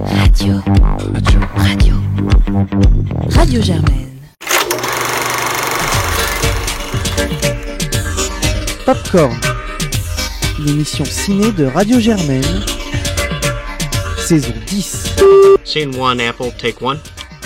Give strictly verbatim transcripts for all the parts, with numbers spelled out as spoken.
Radio. Radio. Radio. Radio Germaine. Popcorn, l'émission ciné de Radio Germaine, saison dix. Scene one, Apple, take one.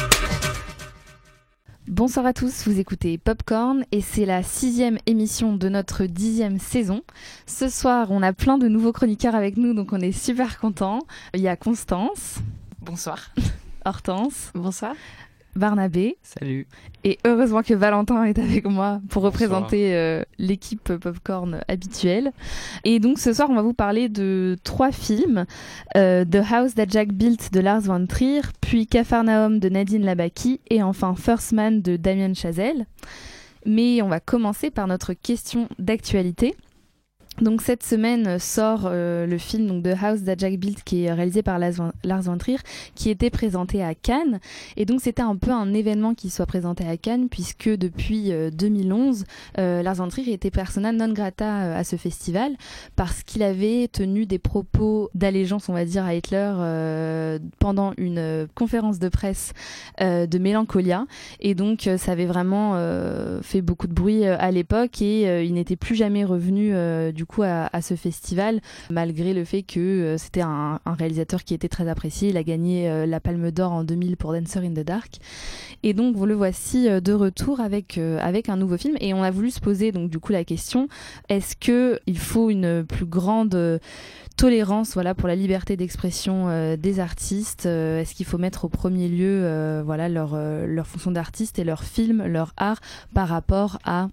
Bonsoir à tous, vous écoutez Popcorn et c'est la sixième émission de notre dixième saison. Ce soir, on a plein de nouveaux chroniqueurs avec nous, donc on est super contents. Il y a Constance. Bonsoir. Hortense. Bonsoir. Barnabé. Salut. Et heureusement que Valentin est avec moi pour représenter euh, l'équipe Popcorn habituelle. Et donc ce soir, on va vous parler de trois films. Euh, The House That Jack Built de Lars von Trier, puis Capharnaüm de Nadine Labaki et enfin First Man de Damien Chazelle. Mais on va commencer par notre question d'actualité. Donc cette semaine sort euh, le film donc, The House That Jack Built qui est réalisé par Lars von Trier, qui était présenté à Cannes. Et donc c'était un peu un événement qui soit présenté à Cannes puisque depuis euh, deux mille onze, euh, Lars von Trier était persona non grata euh, à ce festival parce qu'il avait tenu des propos d'allégeance, on va dire, à Hitler euh, pendant une euh, conférence de presse euh, de Mélancolia. Et donc euh, ça avait vraiment euh, fait beaucoup de bruit euh, à l'époque et euh, il n'était plus jamais revenu euh, du coup à, à ce festival malgré le fait que euh, c'était un, un réalisateur qui était très apprécié. Il a gagné euh, la Palme d'Or en deux mille pour Dancer in the Dark et donc vous le voici euh, de retour avec, euh, avec un nouveau film et on a voulu se poser donc du coup la question, est-ce qu'il faut une plus grande euh, tolérance voilà, pour la liberté d'expression euh, des artistes, euh, est-ce qu'il faut mettre au premier lieu euh, voilà, leur, euh, leur fonction d'artiste et leur film, leur art par rapport à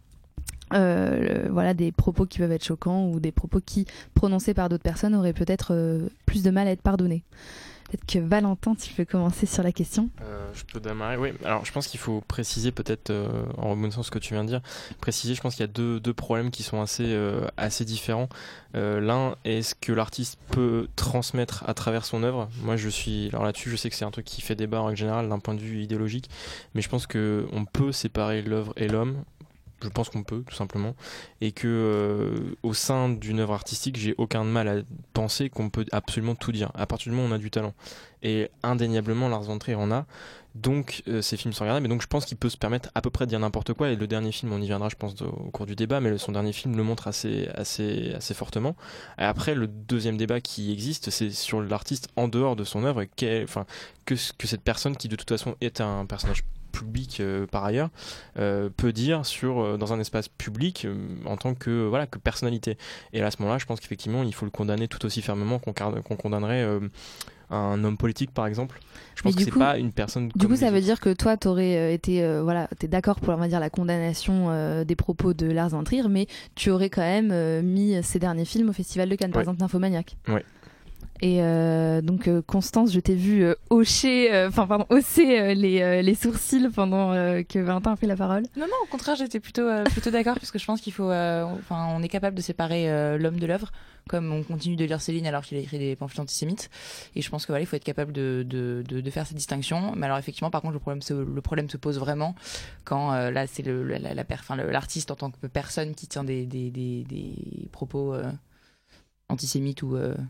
Euh, voilà, des propos qui peuvent être choquants ou des propos qui, prononcés par d'autres personnes, auraient peut-être euh, plus de mal à être pardonnés. Peut-être que Valentin, tu peux commencer sur la question. Euh, je peux démarrer, oui. Alors, je pense qu'il faut préciser peut-être, euh, en rebondissant ce que tu viens de dire, préciser, je pense qu'il y a deux, deux problèmes qui sont assez, euh, assez différents. Euh, l'un, est-ce que l'artiste peut transmettre à travers son œuvre ? Moi, je suis... Alors là-dessus, je sais que c'est un truc qui fait débat en règle générale d'un point de vue idéologique, mais je pense qu'on peut séparer l'œuvre et l'homme. Je pense qu'on peut, tout simplement, et que euh, au sein d'une œuvre artistique, j'ai aucun mal à penser qu'on peut absolument tout dire, à partir du moment où on a du talent. Et indéniablement, Lars von Trier en a, donc euh, ces films sont regardables, mais donc je pense qu'il peut se permettre à peu près de dire n'importe quoi, et le dernier film, on y viendra, je pense, de, au cours du débat, mais le, son dernier film le montre assez, assez, assez fortement. Et après, le deuxième débat qui existe, c'est sur l'artiste en dehors de son œuvre, enfin, que, que cette personne qui, de toute façon, est un personnage public euh, par ailleurs euh, peut dire sur euh, dans un espace public euh, en tant que voilà que personnalité, et à ce moment-là je pense qu'effectivement il faut le condamner tout aussi fermement qu'on, qu'on condamnerait euh, un homme politique par exemple. Je pense que c'est coup, pas une personne du comme coup ça veut autres. Dire que toi t'aurais euh, été euh, voilà t'es d'accord pour on va dire la condamnation euh, des propos de Lars von Trier, mais tu aurais quand même euh, mis ses derniers films au Festival de Cannes, par ouais. exemple Nymphomaniac. Ouais. Et euh, donc euh, Constance, je t'ai vu euh, hocher, enfin euh, pardon, hausser euh, les, euh, les sourcils pendant euh, que Valentin a pris la parole. Non non, au contraire, j'étais plutôt euh, plutôt d'accord parce que je pense qu'il faut, enfin, euh, on est capable de séparer euh, l'homme de l'œuvre, comme on continue de lire Céline alors qu'il a écrit des pamphlets antisémites. Et je pense que voilà, il faut être capable de de de, de faire cette distinction. Mais alors effectivement, par contre, le problème se le problème se pose vraiment quand euh, là c'est le la, la, la enfin, le, l'artiste en tant que personne qui tient des des des, des propos euh, antisémites ou euh,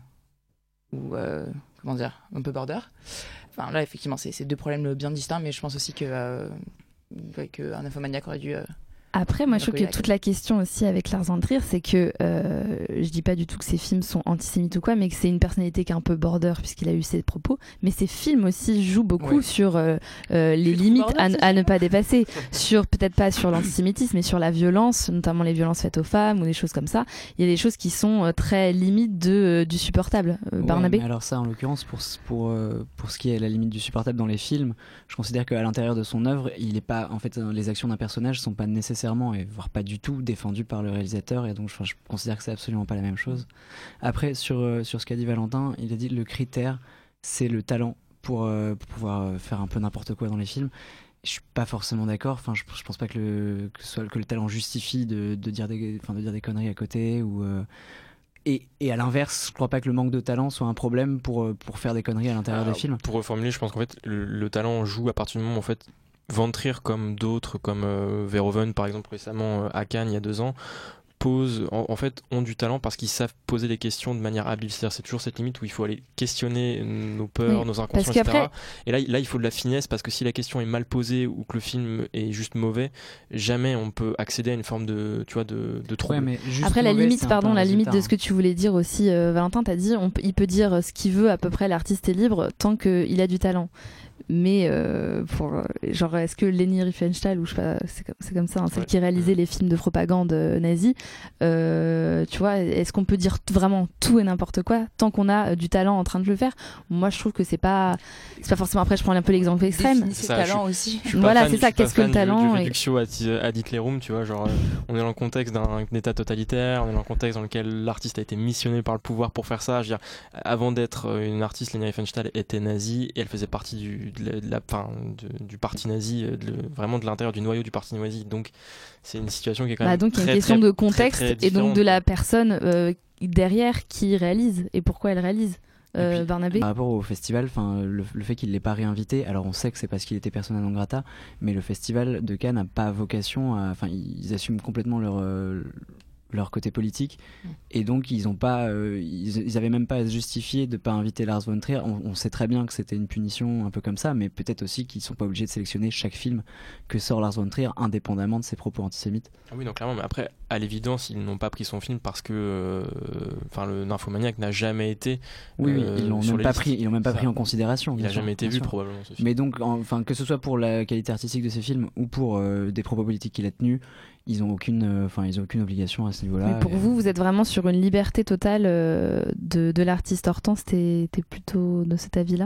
ou euh, comment dire, un peu border. Enfin là effectivement c'est, c'est deux problèmes bien distincts, mais je pense aussi que euh, qu'un Nymphomaniac aurait dû euh, Après, moi, je trouve que toute la question aussi avec Lars von Trier, c'est que euh, je dis pas du tout que ses films sont antisémites ou quoi, mais que c'est une personnalité qui est un peu border puisqu'il a eu ses propos. Mais ses films aussi jouent beaucoup ouais. sur euh, euh, les limites border, à, à ne pas dépasser, sur peut-être pas sur l'antisémitisme, mais sur la violence, notamment les violences faites aux femmes ou des choses comme ça. Il y a des choses qui sont euh, très limites de euh, du supportable. Euh, ouais, Barnabé. Mais alors ça, en l'occurrence, pour pour euh, pour ce qui est la limite du supportable dans les films, je considère qu'à l'intérieur de son œuvre, il est pas, en fait, les actions d'un personnage sont pas nécessairement et voire pas du tout défendu par le réalisateur, et donc je, je considère que c'est absolument pas la même chose. Après sur, euh, sur ce qu'a dit Valentin, il a dit le critère c'est le talent pour, euh, pour pouvoir euh, faire un peu n'importe quoi dans les films. Je suis pas forcément d'accord, enfin, je, je pense pas que le, que, soit, que le talent justifie de, de, dire des, de dire des conneries à côté ou... Euh, Et, et à l'inverse, je crois pas que le manque de talent soit un problème pour, pour faire des conneries à l'intérieur Alors, des films. Pour reformuler, je pense qu'en fait, le, le talent joue à partir du moment où en fait, von Trier comme d'autres, comme euh, Verhoeven par exemple récemment euh, à Cannes il y a deux ans, posent, en, en fait, ont du talent parce qu'ils savent poser les questions de manière habile. C'est-à-dire, c'est toujours cette limite où il faut aller questionner nos peurs, oui, nos inconscients, et cetera. Et là, là, il faut de la finesse parce que si la question est mal posée ou que le film est juste mauvais, jamais on peut accéder à une forme de, tu vois, de, de trouble. Ouais, mais juste Après, la mauvais, limite, pardon, la limite de ce que tu voulais dire aussi, euh, Valentin, t'as dit, on, il peut dire ce qu'il veut, à peu près, l'artiste est libre tant qu'il a du talent. Mais euh, pour genre, est-ce que Leni Riefenstahl, ou je sais pas, c'est comme, c'est comme ça, hein, celle ouais. qui réalisait les films de propagande euh, nazie, euh, tu vois, est-ce qu'on peut dire t- vraiment tout et n'importe quoi tant qu'on a euh, du talent en train de le faire? Moi, je trouve que c'est pas, c'est pas forcément. Après, je prends un peu l'exemple extrême. C'est le talent aussi. Voilà, c'est ça. Qu'est-ce que le talent? Du réductio ad litterum, tu vois, genre, euh, on est dans le contexte d'un état totalitaire, on est dans le contexte dans lequel l'artiste a été missionné par le pouvoir pour faire ça. Je veux dire, avant d'être une artiste, Leni Riefenstahl était nazie et elle faisait partie du de la, de la, fin, de, du parti nazi, de, vraiment de l'intérieur du noyau du parti nazi. Donc c'est une situation qui est quand même bah donc il y a une question très, de contexte très, très et donc de la personne euh, derrière qui réalise et pourquoi elle réalise. Euh, puis, Barnabé par rapport au festival, le, le fait qu'il ne l'ait pas réinvité, alors on sait que c'est parce qu'il était persona non grata, mais le festival de Cannes n'a pas vocation à, enfin ils assument complètement leur euh, leur côté politique mmh. et donc ils ont pas euh, ils, ils avaient même pas à se justifier de pas inviter Lars von Trier. On, on sait très bien que c'était une punition un peu comme ça, mais peut-être aussi qu'ils sont pas obligés de sélectionner chaque film que sort Lars von Trier indépendamment de ses propos antisémites. Ah oui, donc clairement, mais après à l'évidence ils n'ont pas pris son film parce que enfin euh, le Nymphomaniac n'a jamais été oui, oui ils l'ont même pas pris ils l'ont même pas ça. pris en considération. Il n'a jamais été vu sûr. probablement ce film. Mais donc enfin que ce soit pour la qualité artistique de ces films ou pour euh, des propos politiques qu'il a tenus, ils ont aucune enfin euh, ils ont aucune obligation à ce niveau-là. Mais pour et... vous vous êtes vraiment sur une liberté totale euh, de de l'artiste. Hortense, t'es t'es plutôt de cet avis-là?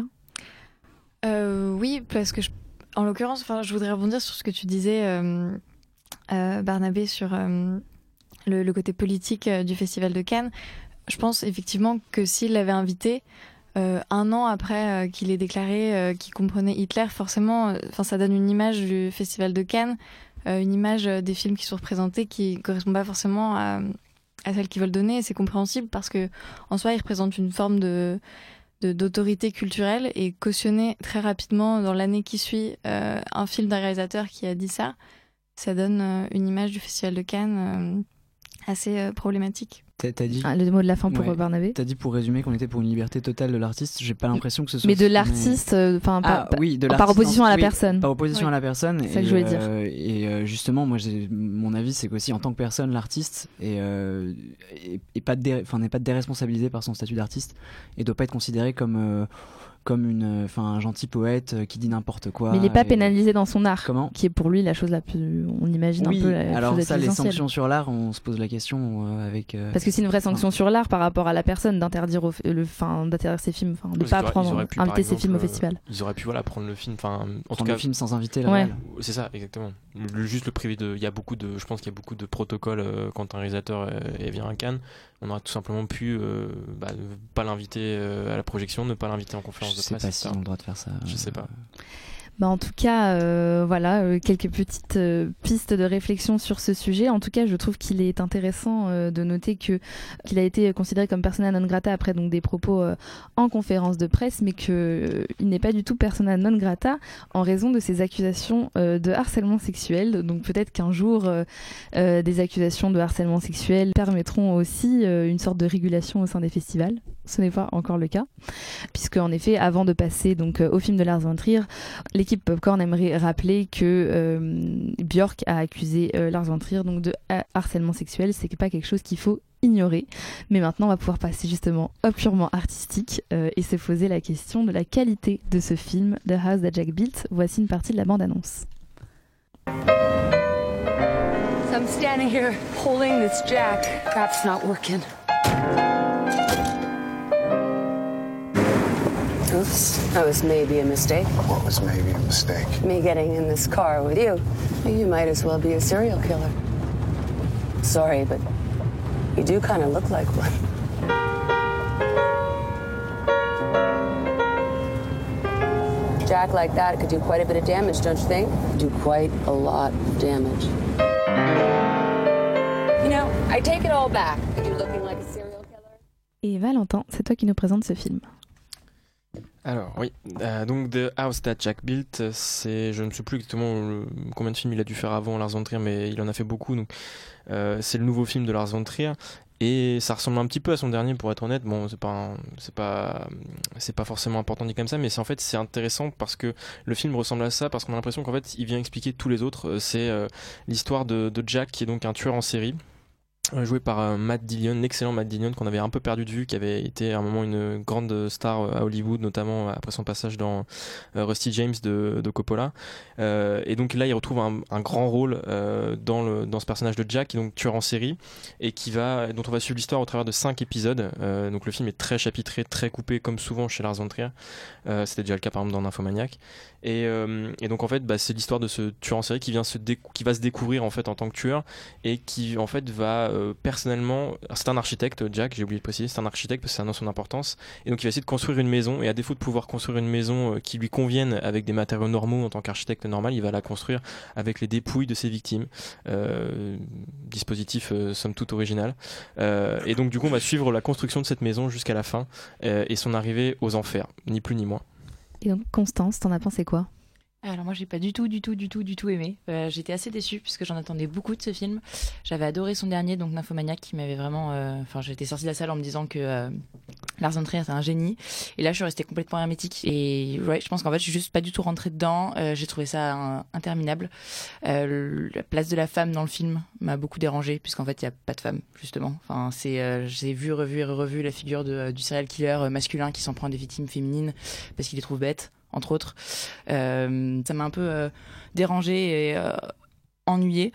euh, oui, parce que je, en l'occurrence, enfin je voudrais rebondir sur ce que tu disais euh, euh, Barnabé sur euh, le, le côté politique euh, du Festival de Cannes. Je pense effectivement que s'il l'avait invité euh, un an après euh, qu'il ait déclaré euh, qu'il comprenait Hitler, forcément enfin euh, ça donne une image du Festival de Cannes, Euh, une image des films qui sont représentés qui ne correspond pas forcément à, à celle qu'ils veulent donner. Et c'est compréhensible parce que en soi, ils représentent une forme de, de, d'autorité culturelle et cautionner très rapidement dans l'année qui suit euh, un film d'un réalisateur qui a dit ça, ça donne euh, une image du Festival de Cannes euh, assez euh, problématique. T'as, t'as dit... ah, le mot de la fin pour ouais. Barnabé. T'as dit pour résumer qu'on était pour une liberté totale de l'artiste. J'ai pas l'impression que ce soit. Mais de l'artiste, enfin euh, ah, oui, de par opposition à la oui, personne. Par opposition oui. à la personne. C'est ça que je voulais dire. Euh, et euh, justement, moi, j'ai, mon avis, c'est qu'aussi en tant que personne, l'artiste est, euh, est, est pas dé... enfin, n'est pas déresponsabilisé par son statut d'artiste et doit pas être considéré comme euh, comme une, enfin, un gentil poète qui dit n'importe quoi. Mais il n'est pas et... pénalisé dans son art. Comment ? Qui est pour lui la chose la plus, on imagine oui, un peu la alors chose ça, la plus les essentielle. sanctions sur l'art, on se pose la question euh, avec. Euh... Parce que c'est une vraie sanction sur l'art par rapport à la personne d'interdire au, le, fin, d'interdire ses films, enfin, de ils pas auraient, prendre, pu, inviter exemple, ses films au festival. Ils auraient pu voilà prendre le film, enfin, en prendre tout cas, le film sans inviter le ouais. réel. C'est ça, exactement. Le, juste le privé de, il y a beaucoup de, je pense qu'il y a beaucoup de protocoles euh, quand un réalisateur est, vient à Cannes. On aurait tout simplement pu euh, bah, ne pas l'inviter euh, à la projection, ne pas l'inviter en conférence je de presse. Je sais pas si on a le droit de faire ça. Je euh... sais pas. Bah en tout cas, euh, voilà, euh, quelques petites euh, pistes de réflexion sur ce sujet. En tout cas, je trouve qu'il est intéressant euh, de noter que qu'il a été considéré comme persona non grata après donc des propos euh, en conférence de presse, mais que euh, il n'est pas du tout persona non grata en raison de ces accusations euh, de harcèlement sexuel. Donc peut-être qu'un jour, euh, euh, des accusations de harcèlement sexuel permettront aussi euh, une sorte de régulation au sein des festivals. Ce n'est pas encore le cas, puisque en effet, avant de passer donc euh, au film de Lars von Trier, l'équipe Popcorn aimerait rappeler que euh, Björk a accusé euh, Lars von Trier donc de harcèlement sexuel. C'est pas quelque chose qu'il faut ignorer. Mais maintenant, on va pouvoir passer justement au purement artistique euh, et se poser la question de la qualité de ce film, The House That Jack Built. Voici une partie de la bande-annonce. So I'm standing here holding this jack. That's not working. Oops, that was maybe a mistake. What was maybe a mistake? Me getting in this car with you. You might as well be a serial killer. Sorry, but you do kind of look like one. Jack like that could do quite a bit of damage, don't you think? Do quite a lot of damage. You know, I take it all back. Are you looking like a serial killer? Et Valentin, c'est toi qui nous présente ce film. Alors oui, euh, donc The House That Jack Built, c'est, je ne sais plus exactement le, combien de films il a dû faire avant Lars von Trier, mais il en a fait beaucoup, donc euh, c'est le nouveau film de Lars von Trier. Et ça ressemble un petit peu à son dernier, pour être honnête. Bon, c'est pas, un, c'est pas, c'est pas forcément important dit comme ça, mais c'est en fait c'est intéressant parce que le film ressemble à ça, parce qu'on a l'impression qu'en fait il vient expliquer tous les autres. C'est euh, l'histoire de, de Jack, qui est donc un tueur en série, joué par euh, Matt Dillon, l'excellent Matt Dillon qu'on avait un peu perdu de vue, qui avait été à un moment une grande star à Hollywood, notamment après son passage dans euh, Rusty James de, de Coppola. Euh, et donc là, il retrouve un, un grand rôle euh, dans, le, dans ce personnage de Jack, qui est donc tueur en série, et qui va, dont on va suivre l'histoire au travers de cinq épisodes. Euh, donc le film est très chapitré, très coupé, comme souvent chez Lars von Trier. Euh, c'était déjà le cas par exemple dans Nymphomaniac. Et, euh, et donc en fait, bah, c'est l'histoire de ce tueur en série qui, vient se décou- qui va se découvrir en fait en tant que tueur, et qui en fait va euh, personnellement, c'est un architecte, Jack, j'ai oublié de préciser, c'est un architecte parce que ça a dans son importance, et donc il va essayer de construire une maison, et à défaut de pouvoir construire une maison euh, qui lui convienne avec des matériaux normaux en tant qu'architecte normal, il va la construire avec les dépouilles de ses victimes. Euh, dispositif euh, somme toute original. Euh, et donc du coup on va suivre la construction de cette maison jusqu'à la fin, euh, et son arrivée aux enfers, ni plus ni moins. Et donc Constance, t'en as pensé quoi ? Alors moi j'ai pas du tout, du tout, du tout, du tout aimé. Euh, j'étais assez déçue puisque j'en attendais beaucoup de ce film. J'avais adoré son dernier, donc Nymphomaniac, qui m'avait vraiment... Enfin, euh, j'étais sortie de la salle en me disant que euh, Lars von Trier était un génie. Et là je suis restée complètement hermétique. Et ouais, je pense qu'en fait je suis juste pas du tout rentrée dedans. Euh, j'ai trouvé ça un, interminable. Euh, la place de la femme dans le film m'a beaucoup dérangée, puisqu'en fait il y a pas de femme justement. Enfin, c'est, euh, j'ai vu, revu et revu la figure de, du serial killer masculin qui s'en prend à des victimes féminines parce qu'il les trouve bêtes, entre autres. Euh, ça m'a un peu euh, dérangée et euh, ennuyée.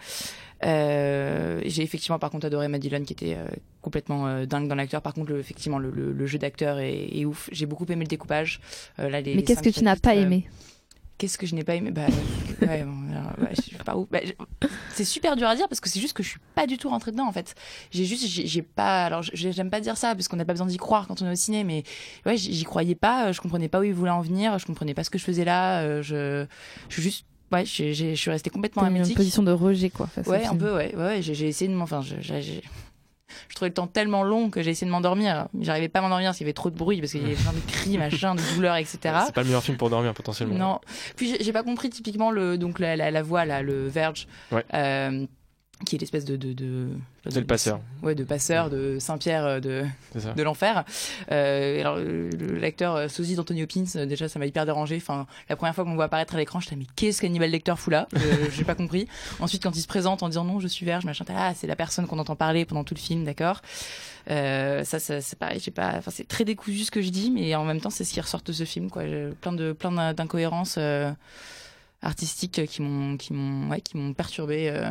Euh, j'ai effectivement par contre adoré Matt Dillon, qui était euh, complètement euh, dingue dans l'acteur. Par contre, le, effectivement, le, le, le jeu d'acteur est, est ouf. J'ai beaucoup aimé le découpage. Euh, là, les, Mais les qu'est-ce que tu n'as pas aimé ? euh, Qu'est-ce que je n'ai pas aimé ? Bah, ouais, bon, alors, ouais, je suis pas ouf. Bah, je... C'est super dur à dire parce que c'est juste que je suis pas du tout rentrée dedans en fait. J'ai juste, j'ai, j'ai pas. Alors, j'aime pas dire ça parce qu'on n'a pas besoin d'y croire quand on est au ciné, mais ouais, j'y croyais pas. Je comprenais pas où il voulait en venir. Je comprenais pas ce que je faisais là. Je, je suis juste. Ouais, je, je, je suis restée complètement hermétique. Une position de rejet quoi. Face ouais, un peu. Ouais, ouais. J'ai, j'ai essayé de m'en. Enfin, je, j'ai, j'ai... Je trouvais le temps tellement long que j'ai essayé de m'endormir. J'arrivais pas à m'endormir parce qu'il y avait trop de bruit, parce qu'il y avait plein de cris, machin, de douleurs, et cetera. C'est pas le meilleur film pour dormir potentiellement. Non. Puis j'ai, j'ai pas compris typiquement le donc la, la, la voix là, le Verge, ouais. euh, qui est l'espèce de de, de c'est le passeur. Ouais, de passeur de Saint-Pierre de de l'enfer. Euh, alors le, l'acteur sosie d'Anthony Hopkins, déjà ça m'a hyper dérangé. Enfin, la première fois qu'on me voit apparaître à l'écran, j'étais mais qu'est-ce qu'Hannibal Lecter fout là ? euh, J'ai pas compris. Ensuite, quand il se présente en disant non, je suis Verge, machin, ah c'est la personne qu'on entend parler pendant tout le film, d'accord. Euh, ça, ça c'est pareil, j'ai pas. Enfin, c'est très décousu ce que je dis, mais en même temps, c'est ce qui ressort de ce film, quoi. J'ai plein de plein d'incohérences euh, artistiques qui m'ont qui m'ont ouais, qui m'ont perturbé. Euh...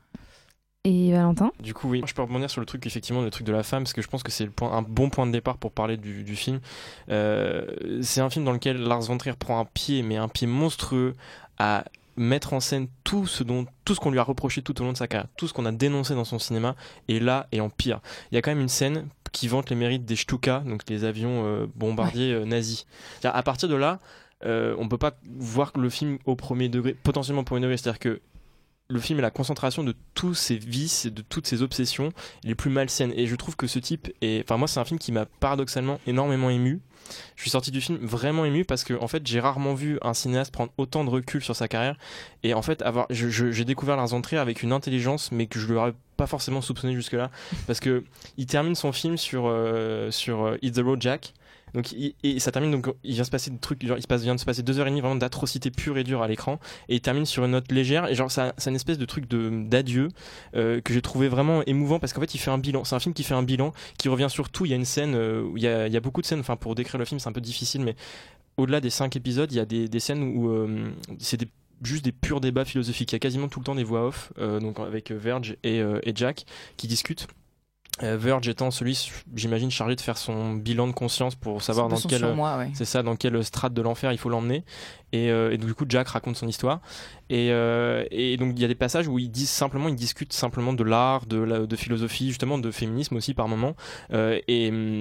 Et Valentin ? Du coup, oui, je peux rebondir sur le truc, effectivement, le truc de la femme, parce que je pense que c'est le point, un bon point de départ pour parler du, du film. Euh, c'est un film dans lequel Lars von Trier prend un pied, mais un pied monstrueux, à mettre en scène tout ce dont tout ce qu'on lui a reproché tout au long de sa carrière, tout ce qu'on a dénoncé dans son cinéma, et là et en pire. Il y a quand même une scène qui vante les mérites des Stuka, donc les avions euh, bombardiers euh, nazis. C'est-à-dire, à partir de là, euh, on peut pas voir le film au premier degré, potentiellement au premier degré, c'est-à-dire que le film est la concentration de tous ses vices, de toutes ses obsessions les plus malsaines. Et je trouve que ce type est... Enfin, moi, c'est un film qui m'a paradoxalement énormément ému. Je suis sorti du film vraiment ému parce que, en fait, j'ai rarement vu un cinéaste prendre autant de recul sur sa carrière. Et en fait, avoir... je, je, j'ai découvert Lars von Trier avec une intelligence, mais que je ne l'aurais pas forcément soupçonné jusque-là. Parce que il termine son film sur, euh, sur euh, Hit the Road Jack. Donc, il, et ça termine, donc il vient se passer des trucs, genre il se passe, vient de se passer deux heures et demie vraiment d'atrocité pure et dure à l'écran, et il termine sur une note légère, et genre ça, c'est une espèce de truc de, d'adieu euh, que j'ai trouvé vraiment émouvant, parce qu'en fait il fait un bilan, c'est un film qui fait un bilan, qui revient sur tout. Il y a une scène, euh, où il y a, il y a beaucoup de scènes, enfin pour décrire le film c'est un peu difficile, mais au-delà des cinq épisodes, il y a des, des scènes où euh, c'est des juste des purs débats philosophiques. Il y a quasiment tout le temps des voix off, euh, donc avec Verge et, euh, et Jack qui discutent. Euh, Verge étant celui, j'imagine, chargé de faire son bilan de conscience pour savoir dans quel, surmoi, ouais. c'est ça, dans quelle strate de l'enfer il faut l'emmener. Et, euh, et du coup, Jack raconte son histoire. Et, euh, et donc, il y a des passages où ils disent simplement, ils discutent simplement de l'art, de, la, de philosophie, justement, de féminisme aussi par moment. Euh, et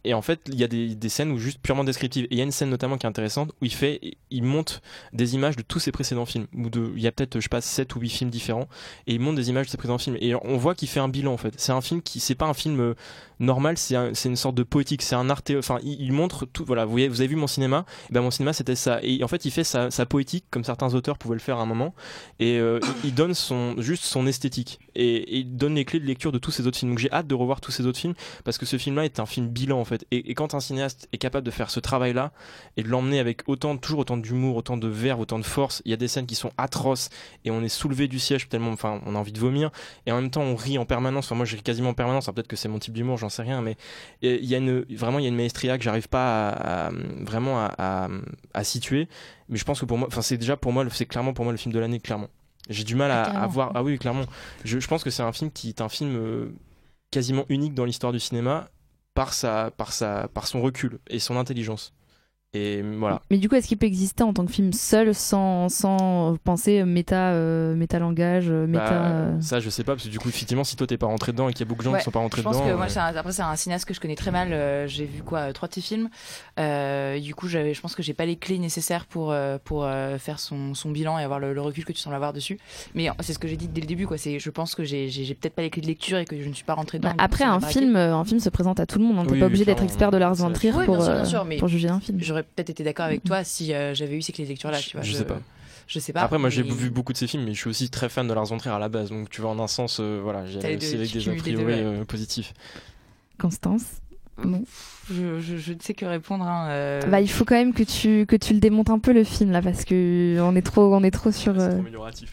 et en fait il y a des, des scènes où juste purement descriptives, et il y a une scène notamment qui est intéressante où il fait il monte des images de tous ses précédents films, ou de il y a peut-être je sais pas sept ou huit films différents, et il monte des images de ses précédents films, et on voit qu'il fait un bilan en fait. C'est un film qui c'est pas un film euh, normal, c'est un, c'est une sorte de poétique, c'est un art, enfin il, il montre tout, voilà, vous voyez, vous avez vu mon cinéma, et ben mon cinéma c'était ça, et en fait il fait sa, sa poétique comme certains auteurs pouvaient le faire à un moment, et euh, il, il donne son juste son esthétique, et, et il donne les clés de lecture de tous ces autres films. Donc j'ai hâte de revoir tous ces autres films, parce que ce film là est un film bilan en fait, et, et quand un cinéaste est capable de faire ce travail là et de l'emmener avec autant toujours autant d'humour, autant de verve, autant de force, il y a des scènes qui sont atroces et on est soulevé du siège tellement, enfin on a envie de vomir, et en même temps on rit en permanence, enfin moi je ris quasiment en permanence, alors peut-être que c'est mon type d'humour, j'en sais rien, mais il y a une vraiment il y a une maestria que j'arrive pas à, à vraiment à, à, à situer, mais je pense que pour moi, enfin c'est déjà pour moi c'est clairement pour moi le film de l'année, clairement. J'ai du mal à, à voir, ah oui clairement, je, je pense que c'est un film qui est un film euh, quasiment unique dans l'histoire du cinéma par sa par sa par son recul et son intelligence. Et voilà. Mais du coup, est-ce qu'il peut exister en tant que film seul, sans, sans penser méta, euh, méta langage, méta. Bah, euh... Ça, je sais pas, parce que du coup, effectivement, si toi t'es pas rentré dedans et qu'il y a beaucoup de gens ouais, qui sont pas rentrés je pense dedans. Que moi, euh... c'est un, après, c'est un cinéaste que je connais très mal. Euh, j'ai vu quoi, trois de ses films. Euh, du coup, j'avais, je pense que j'ai pas les clés nécessaires pour euh, pour euh, faire son, son bilan et avoir le, le recul que tu sembles avoir dessus. Mais c'est ce que j'ai dit dès le début, quoi. C'est, je pense que j'ai, j'ai, j'ai peut-être pas les clés de lecture et que je ne suis pas rentré dedans. Bah, après, un film, euh, un film se présente à tout le monde. Hein. T'es oui, pas obligé oui, d'être expert de Lars von Trier oui, pour, bien sûr, euh, bien sûr, mais pour juger un film. J'aurais peut-être été d'accord avec toi si euh, j'avais eu ces clés de lecture là, tu vois. Je, je sais pas. Je sais pas. Après, moi, mais... j'ai vu beaucoup de ces films, mais je suis aussi très fan de Lars von Trier à la base. Donc, tu vois, en un sens, euh, voilà, j'ai aussi avec des a priori euh, positifs. Constance, non. Je, je, je ne sais que répondre. Hein, euh... Bah, il faut quand même que tu que tu le démontes un peu le film là, parce que on est trop on est trop sur. C'est euh... trop amélioratif.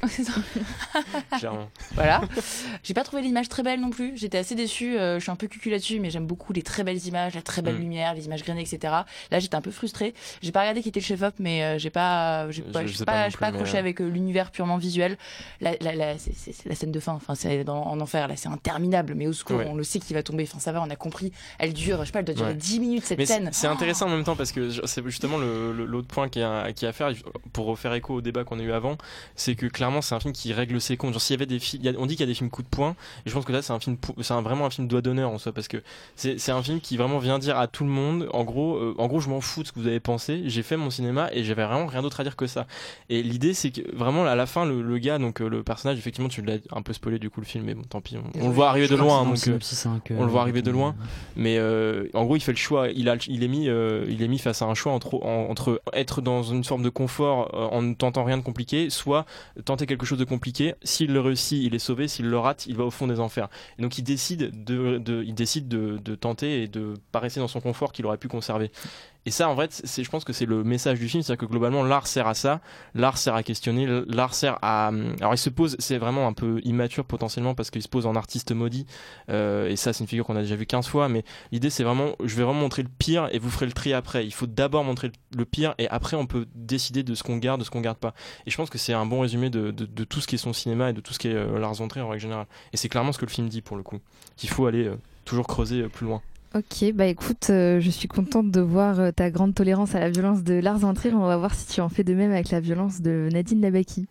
Clairement. Voilà. J'ai pas trouvé l'image très belle non plus. J'étais assez déçue. Euh, je suis un peu cucu là-dessus, mais j'aime beaucoup les très belles images, la très belle mm. lumière, les images grainées, et cetera. Là, j'étais un peu frustrée. J'ai pas regardé qui était le chef-op, mais euh, j'ai pas j'ai pas j'ai pas, pas, pas accroché mais... avec euh, l'univers purement visuel. La, la, la, c'est, c'est, c'est la scène de fin. Enfin, c'est dans, en enfer. Là, c'est interminable. Mais au secours, ouais. on le sait qu'il va tomber. Enfin, ça va, on a compris. Elle dure. Je sais pas, elle doit durer ouais. dix minutes cette mais scène. C'est, c'est intéressant en même temps parce que c'est justement le, le, l'autre point qui a, qui a à faire pour refaire écho au débat qu'on a eu avant, c'est que clairement c'est un film qui règle ses comptes. Genre s'il y avait des films, on dit qu'il y a des films coup de poing, et je pense que là c'est un film, c'est un, vraiment un film doigt d'honneur en soi, parce que c'est, c'est un film qui vraiment vient dire à tout le monde, en gros, euh, en gros je m'en fous de ce que vous avez pensé, j'ai fait mon cinéma et j'avais vraiment rien d'autre à dire que ça. Et l'idée c'est que vraiment à la fin le, le gars, donc le personnage, effectivement tu l'as un peu spoilé du coup le film, mais bon tant pis, on, on le voit arriver de loin, donc euh, que, on le voit arriver de loin, mais euh, en gros il fait le choix, il a, il est mis euh, il est mis face à un choix entre, entre être dans une forme de confort euh, en ne tentant rien de compliqué, soit tenter quelque chose de compliqué. S'il le réussit, il est sauvé. S'il le rate, il va au fond des enfers. Et donc il décide de, de, il décide de, de tenter et de pas rester dans son confort qu'il aurait pu conserver. Et ça, en fait, c'est, je pense que c'est le message du film, c'est-à-dire que globalement, l'art sert à ça, l'art sert à questionner, l'art sert à... Alors il se pose, c'est vraiment un peu immature potentiellement, parce qu'il se pose en artiste maudit, euh, et ça c'est une figure qu'on a déjà vu quinze fois, mais l'idée c'est vraiment, je vais vraiment montrer le pire, et vous ferez le tri après. Il faut d'abord montrer le pire, et après on peut décider de ce qu'on garde, de ce qu'on garde pas. Et je pense que c'est un bon résumé de, de, de tout ce qui est son cinéma, et de tout ce qui est euh, Lars von Trier en règle générale. Et c'est clairement ce que le film dit pour le coup, qu'il faut aller euh, toujours creuser euh, plus loin. Ok, bah écoute, euh, je suis contente de voir euh, ta grande tolérance à la violence de Lars von Trier. On va voir si tu en fais de même avec la violence de Nadine Labaki.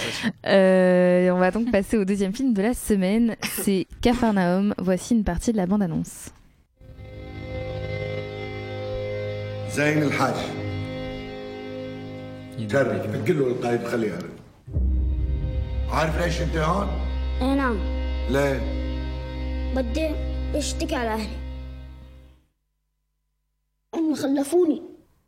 euh, on va donc passer au deuxième film de la semaine, c'est Capharnaüm. Voici une partie de la bande-annonce. زين الحاج ترى كله القايد خليه يرد عارف ليش انت هون؟ اي نعم ليه؟ بدي اشتكي على اهلي هم خلفوني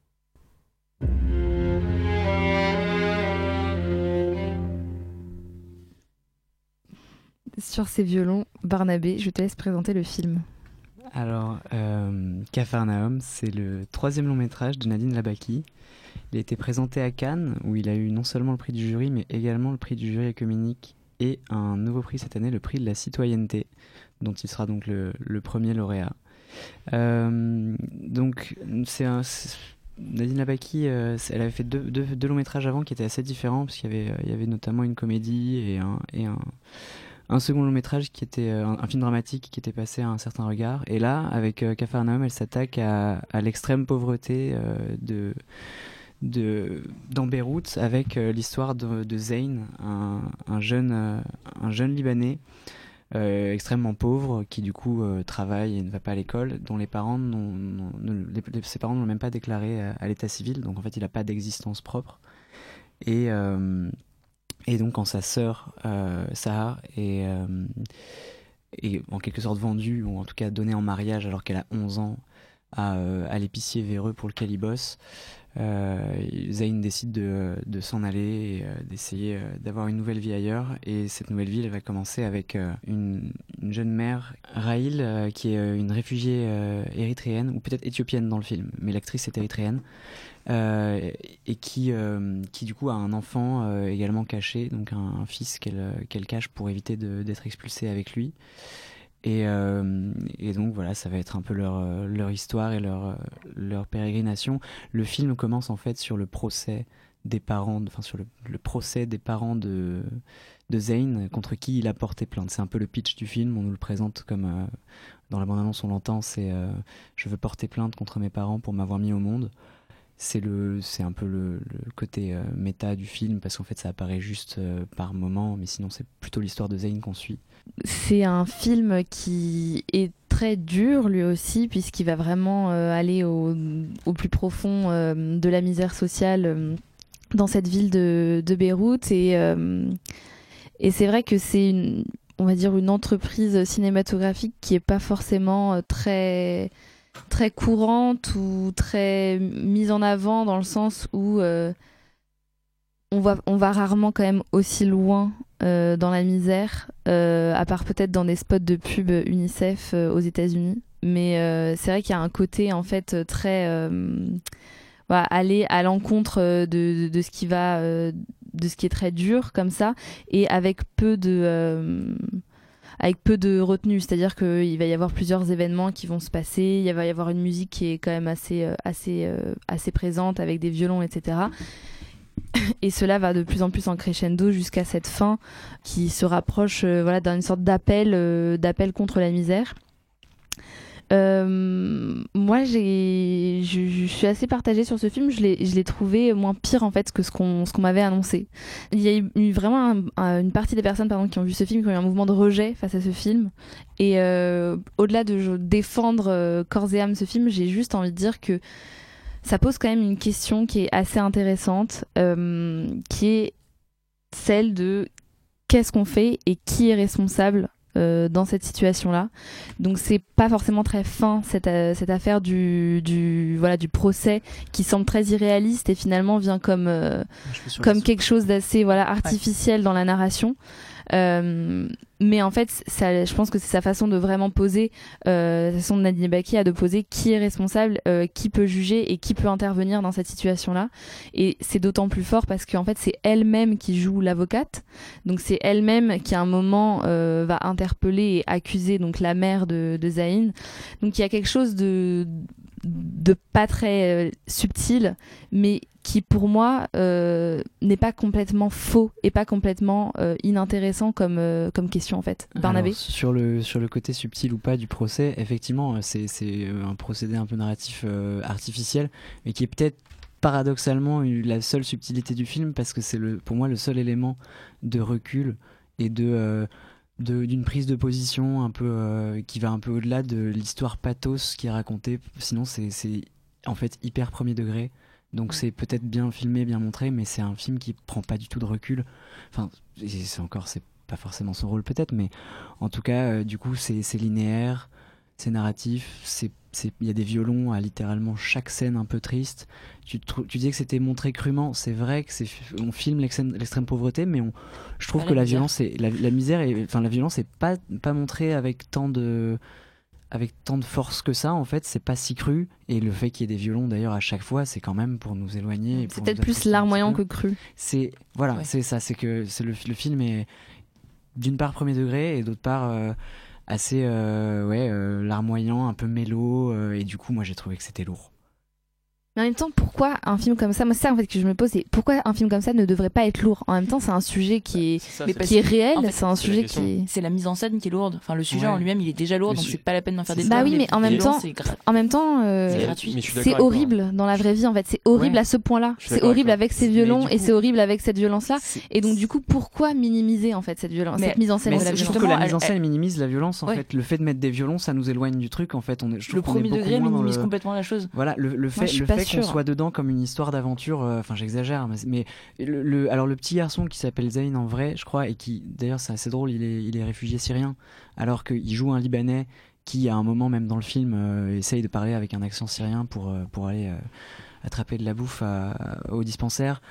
Sur ces violons, Barnabé, je te laisse présenter le film. Alors, euh, Capharnaüm, c'est le troisième long métrage de Nadine Labaki. Il a été présenté à Cannes, où il a eu non seulement le prix du jury, mais également le prix du jury œcuménique et un nouveau prix cette année, le prix de la citoyenneté, dont il sera donc le, le premier lauréat. Euh, donc, c'est un... C'est... Nadine Labaki, euh, elle avait fait deux, deux, deux longs métrages avant qui étaient assez différents, parce qu'il y avait, il y avait notamment une comédie et un... Et un un second long métrage qui était un, un film dramatique qui était passé à un certain regard. Et là, avec euh, Capharnaüm, elle s'attaque à, à l'extrême pauvreté euh, de, de, dans Beyrouth, avec euh, l'histoire de, de Zayn, un, un, jeune, euh, un jeune Libanais euh, extrêmement pauvre, qui du coup euh, travaille et ne va pas à l'école, dont les parents n'ont, n'ont, ne, les, ses parents ne l'ont même pas déclaré à, à l'état civil, donc en fait il n'a pas d'existence propre. Et, euh, et donc quand sa sœur euh, Sahar est, euh, est en quelque sorte vendue, ou en tout cas donnée en mariage alors qu'elle a onze ans à, euh, à l'épicier véreux pour lequel il bosse, Euh, Zayn décide de, de s'en aller et euh, d'essayer euh, d'avoir une nouvelle vie ailleurs, et cette nouvelle vie elle va commencer avec euh, une, une jeune mère, Rahil, euh, qui est euh, une réfugiée euh, érythréenne, ou peut-être éthiopienne dans le film, mais l'actrice est érythréenne, euh, et qui, euh, qui du coup a un enfant euh, également caché, donc un, un fils qu'elle, qu'elle cache pour éviter de, d'être expulsée avec lui. Et, euh, et donc voilà, ça va être un peu leur, leur histoire et leur, leur pérégrination. Le film commence en fait sur le procès des parents, enfin sur le, le procès des parents de, de Zayn, contre qui il a porté plainte. C'est un peu le pitch du film, on nous le présente comme, euh, dans la bande-annonce on l'entend, c'est euh, je veux porter plainte contre mes parents pour m'avoir mis au monde. C'est, le, c'est un peu le, le côté euh, méta du film, parce qu'en fait ça apparaît juste euh, par moment, mais sinon c'est plutôt l'histoire de Zayn qu'on suit. C'est un film qui est très dur lui aussi, puisqu'il va vraiment euh, aller au, au plus profond euh, de la misère sociale euh, dans cette ville de, de Beyrouth. Et, euh, et c'est vrai que c'est une, on va dire une entreprise cinématographique qui n'est pas forcément euh, très... très courante ou très mise en avant, dans le sens où euh, on, va, on va rarement quand même aussi loin euh, dans la misère, euh, à part peut-être dans des spots de pub UNICEF euh, aux États-Unis. Mais euh, c'est vrai qu'il y a un côté en fait très euh, voilà, aller à l'encontre de, de, de ce qui va, euh, de ce qui est très dur comme ça, et avec peu de euh, avec peu de retenue, c'est-à-dire qu'il va y avoir plusieurs événements qui vont se passer, il va y avoir une musique qui est quand même assez, assez, assez présente, avec des violons, et cetera. Et cela va de plus en plus en crescendo jusqu'à cette fin qui se rapproche euh, voilà, d'une sorte d'appel, euh, d'appel contre la misère. Euh, moi, j'ai, je, je suis assez partagée sur ce film. Je l'ai, je l'ai trouvé moins pire en fait que ce qu'on, ce qu'on m'avait annoncé. Il y a eu vraiment un, un, une partie des personnes pardon, qui ont vu ce film qui ont eu un mouvement de rejet face à ce film. Et euh, au-delà de défendre euh, corps et âme ce film, j'ai juste envie de dire que ça pose quand même une question qui est assez intéressante, euh, qui est celle de qu'est-ce qu'on fait et qui est responsable Euh, dans cette situation-là. Donc c'est pas forcément très fin cette, euh, cette affaire du, du, voilà, du procès qui semble très irréaliste et finalement vient comme, euh, comme quelque chose d'assez voilà, artificiel ouais. dans la narration. Euh, mais en fait, ça, je pense que c'est sa façon de vraiment poser, euh, la façon de Nadine Baki a de poser qui est responsable, euh, qui peut juger et qui peut intervenir dans cette situation-là. Et c'est d'autant plus fort parce qu'en fait, c'est elle-même qui joue l'avocate. Donc c'est elle-même qui à un moment euh, va interpeller et accuser donc la mère de, de Zayn. Donc il y a quelque chose de de pas très euh, subtil, mais qui pour moi euh, n'est pas complètement faux et pas complètement euh, inintéressant comme, euh, comme question en fait. Barnabé. Alors, sur, le, sur le côté subtil ou pas du procès, effectivement c'est, c'est un procédé un peu narratif euh, artificiel, mais qui est peut-être paradoxalement la seule subtilité du film, parce que c'est le, pour moi le seul élément de recul et de... Euh, De, d'une prise de position un peu euh, qui va un peu au-delà de l'histoire pathos qui est racontée. Sinon c'est, c'est en fait hyper premier degré, donc c'est peut-être bien filmé, bien montré, mais c'est un film qui prend pas du tout de recul. Enfin c'est encore, c'est pas forcément son rôle peut-être, mais en tout cas euh, du coup c'est, c'est linéaire, c'est narratif, c'est il y a des violons à littéralement chaque scène un peu triste. Tu, tu disais que c'était montré crûment, c'est vrai que c'est, on filme l'extrême, l'extrême pauvreté, mais on, je trouve que la, la violence, est, la, la misère, est, enfin la violence est pas pas montrée avec tant de avec tant de force que ça. En fait, c'est pas si cru, et le fait qu'il y ait des violons d'ailleurs à chaque fois, c'est quand même pour nous éloigner. Et pour c'est peut-être plus larmoyant que cru. C'est voilà, ouais. c'est ça, c'est que c'est le, le film est d'une part premier degré et d'autre part euh, assez euh, ouais, euh, larmoyant, un peu mélo, euh, et du coup moi j'ai trouvé que c'était lourd. Mais en même temps, pourquoi un film comme ça, moi c'est ça en fait que je me pose, c'est pourquoi un film comme ça ne devrait pas être lourd. En même temps, c'est un sujet qui est, c'est ça, mais c'est qui est réel, en fait, c'est un c'est sujet qui est... C'est la mise en scène qui est lourde. Enfin, le sujet Ouais. en lui-même, il est déjà lourd, Le donc su- c'est pas la peine d'en faire des Bah tonnes, oui, les- mais en les même violences, temps, c'est gra- en même temps, euh, c'est gratuit. Mais je suis d'accord c'est avec toi, horrible dans la vraie vie en fait. C'est horrible Ouais. à ce point-là. Je suis C'est d'accord horrible avec avec ces Mais violons du et coup- c'est horrible avec cette violence-là. C'est- Et donc du coup, pourquoi minimiser en fait cette violence, Mais- cette mise en scène Mais de la je trouve violence que la Justement, mise en elle- scène minimise la violence en Ouais. fait. Le fait de mettre des violons, ça nous éloigne du truc en fait. On est, je trouve Le qu'on est premier beaucoup degré moins dans minimise le... complètement la chose. Voilà, le, le fait, je suis le pas fait qu'on sûre. soit dedans comme une histoire d'aventure, euh, enfin j'exagère, mais, mais le, le- alors le petit garçon qui s'appelle Zayn en vrai, je crois, et qui d'ailleurs c'est assez drôle, il est, il est réfugié syrien, alors qu'il joue un Libanais qui à un moment même dans le film euh, essaye de parler avec un accent syrien pour, euh, pour aller euh, attraper de la bouffe à- à- au dispensaire.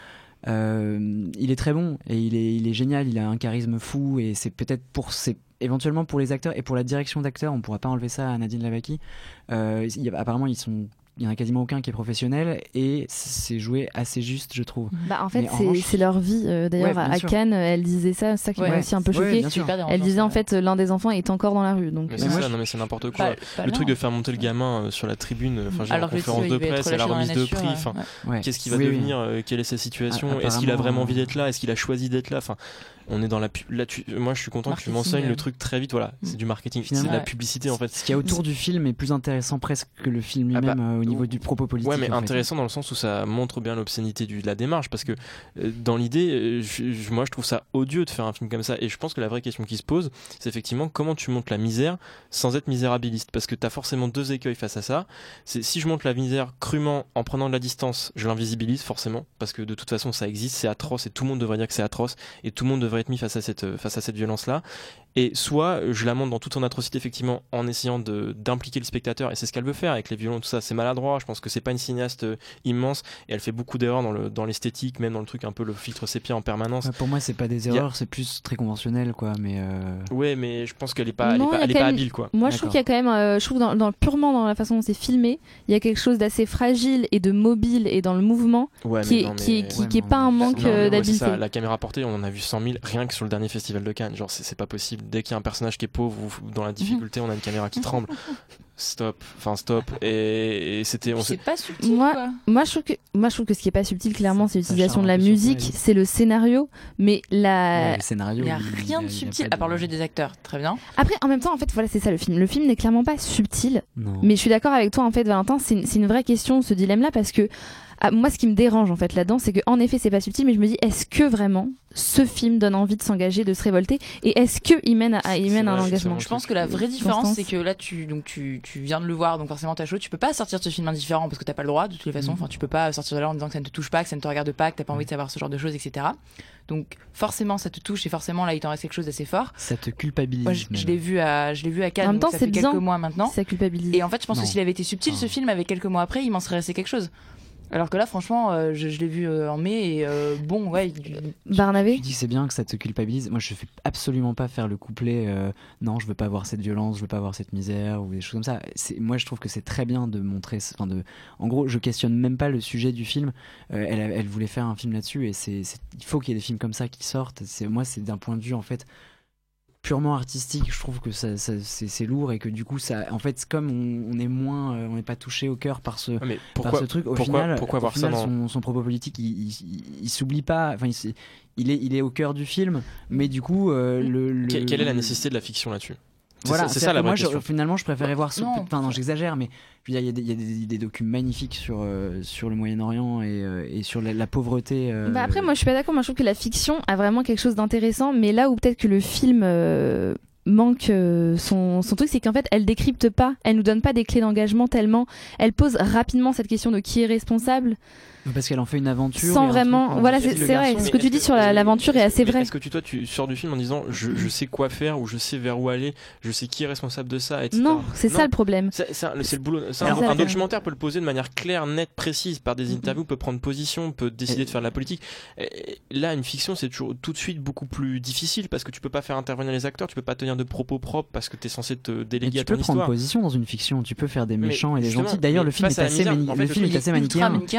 Euh, il est très bon et il est, il est génial, il a un charisme fou et c'est peut-être pour ses éventuellement pour les acteurs et pour la direction d'acteurs, on pourra pas enlever ça à Nadine Lavaki. Euh, il y a- apparemment, ils sont, il y en a quasiment aucun qui est professionnel et c'est joué assez juste, je trouve. Bah en fait, Mais en c'est revanche- c'est leur vie. Euh, D'ailleurs, Ouais, bien à sûr. Cannes, elle disait ça, c'est ça qui Ouais. m'a aussi un peu Ouais, choquée. bien sûr. Hyper dérangeant, Elle disait ça, en ouais. fait l'un des enfants est encore dans la rue. Donc Mais euh, c'est moi, ça, je- non mais c'est n'importe quoi. Pas- pas Le là, truc de hein. faire monter le gamin euh, sur la tribune, enfin j'ai en Alors que le conférence type, de il va être presse, à la relâché dans la remise de nature, prix, ouais. enfin Ouais. qu'est-ce qui va Oui, oui. devenir, euh, quelle est sa situation, Ah, est-ce qu'il a apparemment, vraiment envie euh, d'être là, est-ce qu'il a choisi d'être là, enfin on est dans la pub. Là, tu... moi je suis content que tu Marketing, m'enseignes euh. le truc très vite, voilà, c'est du marketing, c'est de Finalement, la ouais. publicité en fait. Ce qu'il y a autour du film est plus intéressant presque que le film Ah lui-même bah, euh, au niveau du propos politique. Ouais, mais en fait. intéressant dans le sens où ça montre bien l'obscénité du- de la démarche, parce que euh, dans l'idée, euh, je- je- moi je trouve ça odieux de faire un film comme ça, et je pense que la vraie question qui se pose, c'est effectivement comment tu montes la misère sans être misérabiliste, parce que tu as forcément deux écueils face à ça. C'est si je monte la misère crûment en prenant de la distance, je l'invisibilise forcément, parce que de toute façon ça existe, c'est atroce, et tout le monde devrait dire que c'est atroce, et tout le monde devrait être mis face à cette, face à cette violence-là. Et soit je la montre dans toute son atrocité effectivement en essayant de d'impliquer le spectateur, et c'est ce qu'elle veut faire avec les violons, tout ça, c'est maladroit. Je pense que c'est pas une cinéaste euh, immense, et elle fait beaucoup d'erreurs dans le dans l'esthétique, même dans le truc un peu le filtre sépia en permanence. Ouais, pour moi, c'est pas des Y a- erreurs, c'est plus très conventionnel, quoi. Mais euh, Ouais, mais je pense qu'elle est pas, elle est Non, pas, il y a elle est quand pas même- habile quoi. Moi, je trouve D'accord. qu'il y a quand même, euh, je trouve dans, dans- purement dans la façon dont c'est filmé, il y a quelque chose d'assez fragile et de mobile et dans le mouvement Ouais, qui mais est, non, qui est, mais- qui, Ouais, qui est mais pas on- un manque Non, mais euh, ouais, c'est d'habileté. ça, la caméra portée, on en a vu cent mille rien que sur le dernier festival de Cannes. Genre, c'est c'est pas possible. Dès qu'il y a un personnage qui est pauvre ou dans la difficulté, on a une caméra qui tremble. Stop, enfin stop. Et, et c'était, on C'est s'est- pas subtil, Moi, quoi. moi, je trouve que, moi, je trouve que ce qui est pas subtil, clairement, c'est Ça l'utilisation charme de la un peu sur musique, ça, oui. c'est le scénario, mais la. ouais, le scénario. Il y a il- rien il de il subtil, pas à part de- le jeu des acteurs. Très bien. Après, en même temps, en fait, voilà, c'est ça le film. Le film n'est clairement pas subtil, Non. mais je suis d'accord avec toi, en fait, Valentin, c'est une, c'est une vraie question, ce dilemme-là, parce que ah, moi, ce qui me dérange, en fait, là-dedans, c'est que, en effet, c'est pas subtil, mais je me dis, est-ce que vraiment ce film donne envie de s'engager, de se révolter, et est-ce qu'il mène à, il mène à un vrai, engagement c'est Je pense que la vraie Constance. différence, c'est que là, tu, donc, tu, tu viens de le voir, donc forcément, t'as chaud. Tu peux pas sortir de ce film indifférent parce que t'as pas le droit, de toutes les façons. Mm. Enfin, tu peux pas sortir de là en disant que ça ne te touche pas, que ça ne te regarde pas, que t'as pas envie de savoir ce genre de choses, et cetera. Donc, forcément, ça te touche et forcément, là, il t'en reste quelque chose d'assez fort. Ça te culpabilise. Moi, je, je même. l'ai vu à, je l'ai vu à Cannes. En même donc temps, ça c'est fait bien. quelques mois maintenant. Ça culpabilise. Et en fait, je pense Non. que s'il avait été subtil, ce Ah. film, avec quelques mois après, il m'en serait resté quelque chose. Alors que là, franchement, euh, je, je l'ai vu euh, en mai et euh, bon, ouais. il- Barnabé Tu dis que c'est bien que ça te culpabilise. Moi, je fais absolument pas faire le couplet. euh, non, je veux pas voir cette violence, je veux pas voir cette misère ou des choses comme ça. C'est, moi, je trouve que c'est très bien de montrer. Enfin, de. En gros, je questionne même pas le sujet du film. Euh, elle, a- elle voulait faire un film là-dessus et c'est, c'est- il faut qu'il y ait des films comme ça qui sortent. C'est moi, c'est d'un point de vue en fait purement artistique. Je trouve que ça, ça- c'est, c'est lourd et que du coup, ça, en fait, comme on, on est moins, euh, on n'est pas touché au cœur par ce. Ah, mais par pourquoi, ce truc, au pourquoi, final, pourquoi au voir ça final, dans... son, son propos politique, il, il, il- il s'oublie pas. Enfin, il, s- il est, il est au cœur du film, mais du coup, euh, le, le- Que- Quelle est la nécessité de la fiction là-dessus? C'est Voilà, ça- c'est c'est ça la que vraie moi, je- question. finalement, je préférais voir. ce- Non. Enfin, non, j'exagère, mais je veux dire, il y a des, il y a des, des docus magnifiques sur euh, sur le Moyen-Orient et, euh, et sur la, la pauvreté. euh, Bah après, moi, je suis pas d'accord. Moi, je trouve que la fiction a vraiment quelque chose d'intéressant, mais là où peut-être que le film euh, manque euh, son, son truc, c'est qu'en fait, elle décrypte pas, elle nous donne pas des clés d'engagement tellement, elle pose rapidement cette question de qui est responsable, parce qu'elle en fait une aventure. sans et un vraiment. truc, Voilà, et c'est le c'est vrai. garçon- Ce que tu dis sur la- l'aventure est assez Mais vrai. Est-ce que tu, toi, tu sors du film en disant je, je sais quoi faire ou je sais vers où aller, je sais qui est responsable de ça, et cetera. Non, c'est ça le problème. C'est c'est un, c'est le boulot. C'est Alors, un, ça, un ça- documentaire peut le poser de manière claire, nette, précise, par des Mhm. interviews, peut prendre position, peut décider de faire de la politique. Et là, une fiction, c'est toujours tout de suite beaucoup plus difficile parce que tu peux pas faire intervenir les acteurs, tu peux pas tenir de propos propres parce que tu es censé te Mais déléguer tu à ton peux prendre histoire. position dans une fiction, tu peux faire des Mais méchants et des justement, gentils. D'ailleurs, mais le film face est à la assez, misère, mani- en fait, le le film truc, est assez il est ultra manichéen. manichéen, et Il c'est est ce qui hyper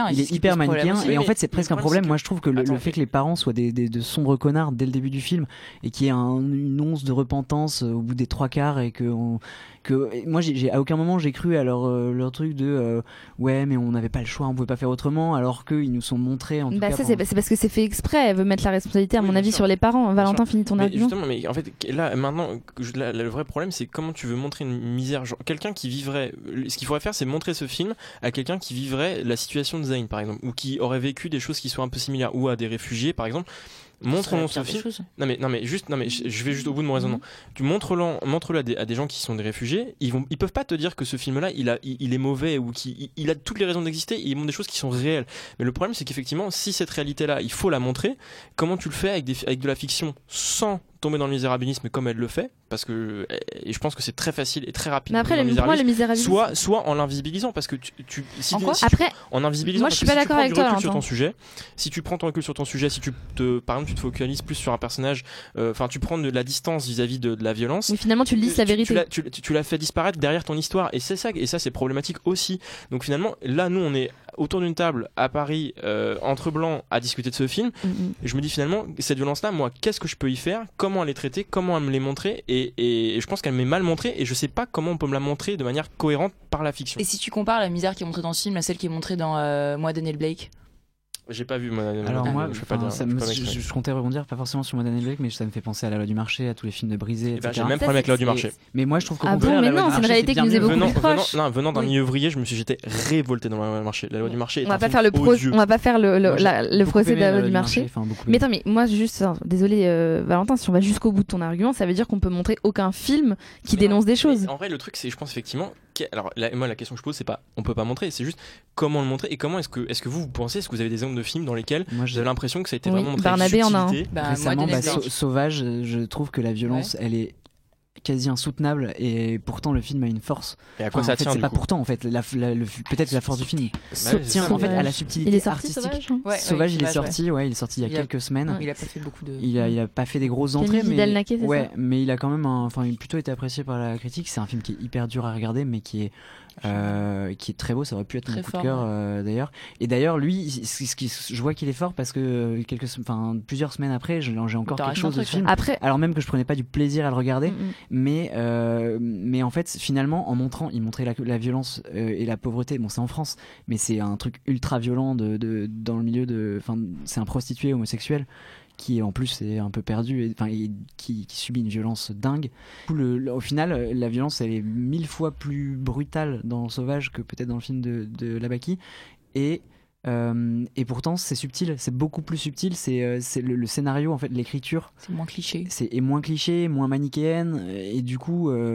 hyper manichéen. Et en fait, c'est presque un problème. Que... Moi, je trouve que le, le fait que les parents soient des, des de sombres connards dès le début du film et qu'il y ait un, une once de repentance au bout des trois quarts et que on, que moi, j'ai, j'ai à aucun moment j'ai cru à leur euh, leur truc de euh, ouais, mais on n'avait pas le choix, on pouvait pas faire autrement, alors qu'ils nous sont montrés en tout bah cas. Ça, pendant... c'est, c'est parce que c'est fait exprès. Elle veut mettre la responsabilité, à oui, mon avis, sûr. sur les parents. Valentin, finis ton mais argument. Justement, mais en fait, là, maintenant, là, le vrai problème, c'est comment tu veux montrer une misère. Genre, quelqu'un qui vivrait. Ce qu'il faudrait faire, c'est montrer ce film à quelqu'un qui vivrait la situation de Zayn, par exemple, ou qui aurait vécu des choses qui soient un peu similaires, ou à des réfugiés, par exemple. Montre-le ce film. Non mais non mais juste non mais je, je vais juste au bout de mon raisonnement. Mm-hmm. Tu montres-le, montre-le à des, à des gens qui sont des réfugiés. Ils vont, ils peuvent pas te dire que ce film-là, il a, il, il est mauvais ou qu'il il a toutes les raisons d'exister. Ils montrent des choses qui sont réelles. Mais le problème, c'est qu'effectivement, si cette réalité-là, il faut la montrer. Comment tu le fais avec des, avec de la fiction sans tomber dans le misérabilisme comme elle le fait, parce que et je pense que c'est très facile et très rapide. Mais après, le, moi, le misérabilisme, soit soit en l'invisibilisant, parce que tu, tu si, en tu, quoi si après, tu, en invisibilisant, moi je suis pas si d'accord avec toi. Sur ton sujet, si tu prends ton recul sur ton sujet, si tu te, par exemple, tu te focalises plus sur un personnage, enfin, euh, tu prends de la distance vis-à-vis de, de la violence. Mais finalement, tu lisses la vérité. Tu, tu, l'as, tu, tu l'as fait disparaître derrière ton histoire, et c'est ça, et ça, c'est problématique aussi. Donc finalement, là, nous, on est autour d'une table à Paris, euh, entre blancs, à discuter de ce film. Mm-hmm. Et je me dis finalement, cette violence-là, moi, qu'est-ce que je peux y faire? Comment elle est traitée? Comment elle me l'est montrée? Et, et, et je pense qu'elle m'est mal montrée, et je sais pas comment on peut me la montrer de manière cohérente par la fiction. Et si tu compares la misère qui est montrée dans ce film à celle qui est montrée dans euh, Moi, Daniel Blake? J'ai pas vu moi. Alors euh, moi, je, pas dire, ça je, me, pas je, je comptais rebondir pas forcément sur Moi Daniel Blake, mais ça me fait penser à La Loi du Marché, à tous les films de Brisé, et cetera. Ben, j'ai le même problème avec La Loi du Marché. Mais moi je trouve qu'au ah contraire, bon, mais la non, loi c'est une réalité qui nous est beaucoup venant, plus proche. Venant, non, venant d'un oui. milieu ouvrier, je me suis j'étais révolté dans La Loi du Marché. La Loi du Marché. Est on va un pas film faire le pro, odieux. on va pas faire le, le, moi, la, le procès de La Loi du Marché. marché enfin, mais attends, mais moi juste, enfin, désolé euh, Valentin, si on va jusqu'au bout de ton argument, ça veut dire qu'on peut montrer aucun film qui mais dénonce non, des choses. En vrai, le truc, c'est, je pense effectivement. Alors là, moi la question que je pose c'est pas on peut pas montrer, c'est juste comment le montrer et comment est-ce que est-ce que vous vous pensez, est-ce que vous avez des exemples de films dans lesquels moi, vous avez l'impression que ça a été oui, vraiment montré Barnabé en a un. Bah, récemment bah, Sa- Sauvage, je trouve que la violence ouais. elle est quasi insoutenable et pourtant le film a une force. Et à quoi enfin, ça en fait, tient c'est du pas coup pourtant en fait la, la, le, peut-être la force du film bah, tient en fait à la subtilité il est sorti, artistique. Sauvage, hein. ouais, Sauvage ouais, il est ouais, sorti, ouais. ouais, il est sorti il y a il quelques a, semaines. Ouais, il a pas fait beaucoup de. Il a, il a pas fait des grosses entrées, Camille mais Naquet, c'est ouais, ça mais il a quand même, un, enfin, il a plutôt été apprécié par la critique. C'est un film qui est hyper dur à regarder, mais qui est Euh, qui est très beau, ça aurait pu être mon coup de cœur euh, d'ailleurs. Et d'ailleurs, lui, ce, ce qui, je vois qu'il est fort parce que quelques, enfin, plusieurs semaines après, j'ai encore quelque chose de film. Après, alors même que je prenais pas du plaisir à le regarder, mm-hmm. mais euh, mais en fait, finalement, en montrant, il montrait la, la violence euh, et la pauvreté. Bon, c'est en France, mais c'est un truc ultra violent de, de dans le milieu de, enfin, c'est un prostitué homosexuel qui en plus est un peu perdu, et, enfin, qui, qui subit une violence dingue. Le, le, au final, la violence, elle est mille fois plus brutale dans Sauvage que peut-être dans le film de, de Labaki. Et, euh, et pourtant, c'est subtil, c'est beaucoup plus subtil. C'est, euh, c'est le, le scénario, en fait, l'écriture. C'est moins cliché. C'est est moins cliché, moins manichéenne, et du coup... Euh,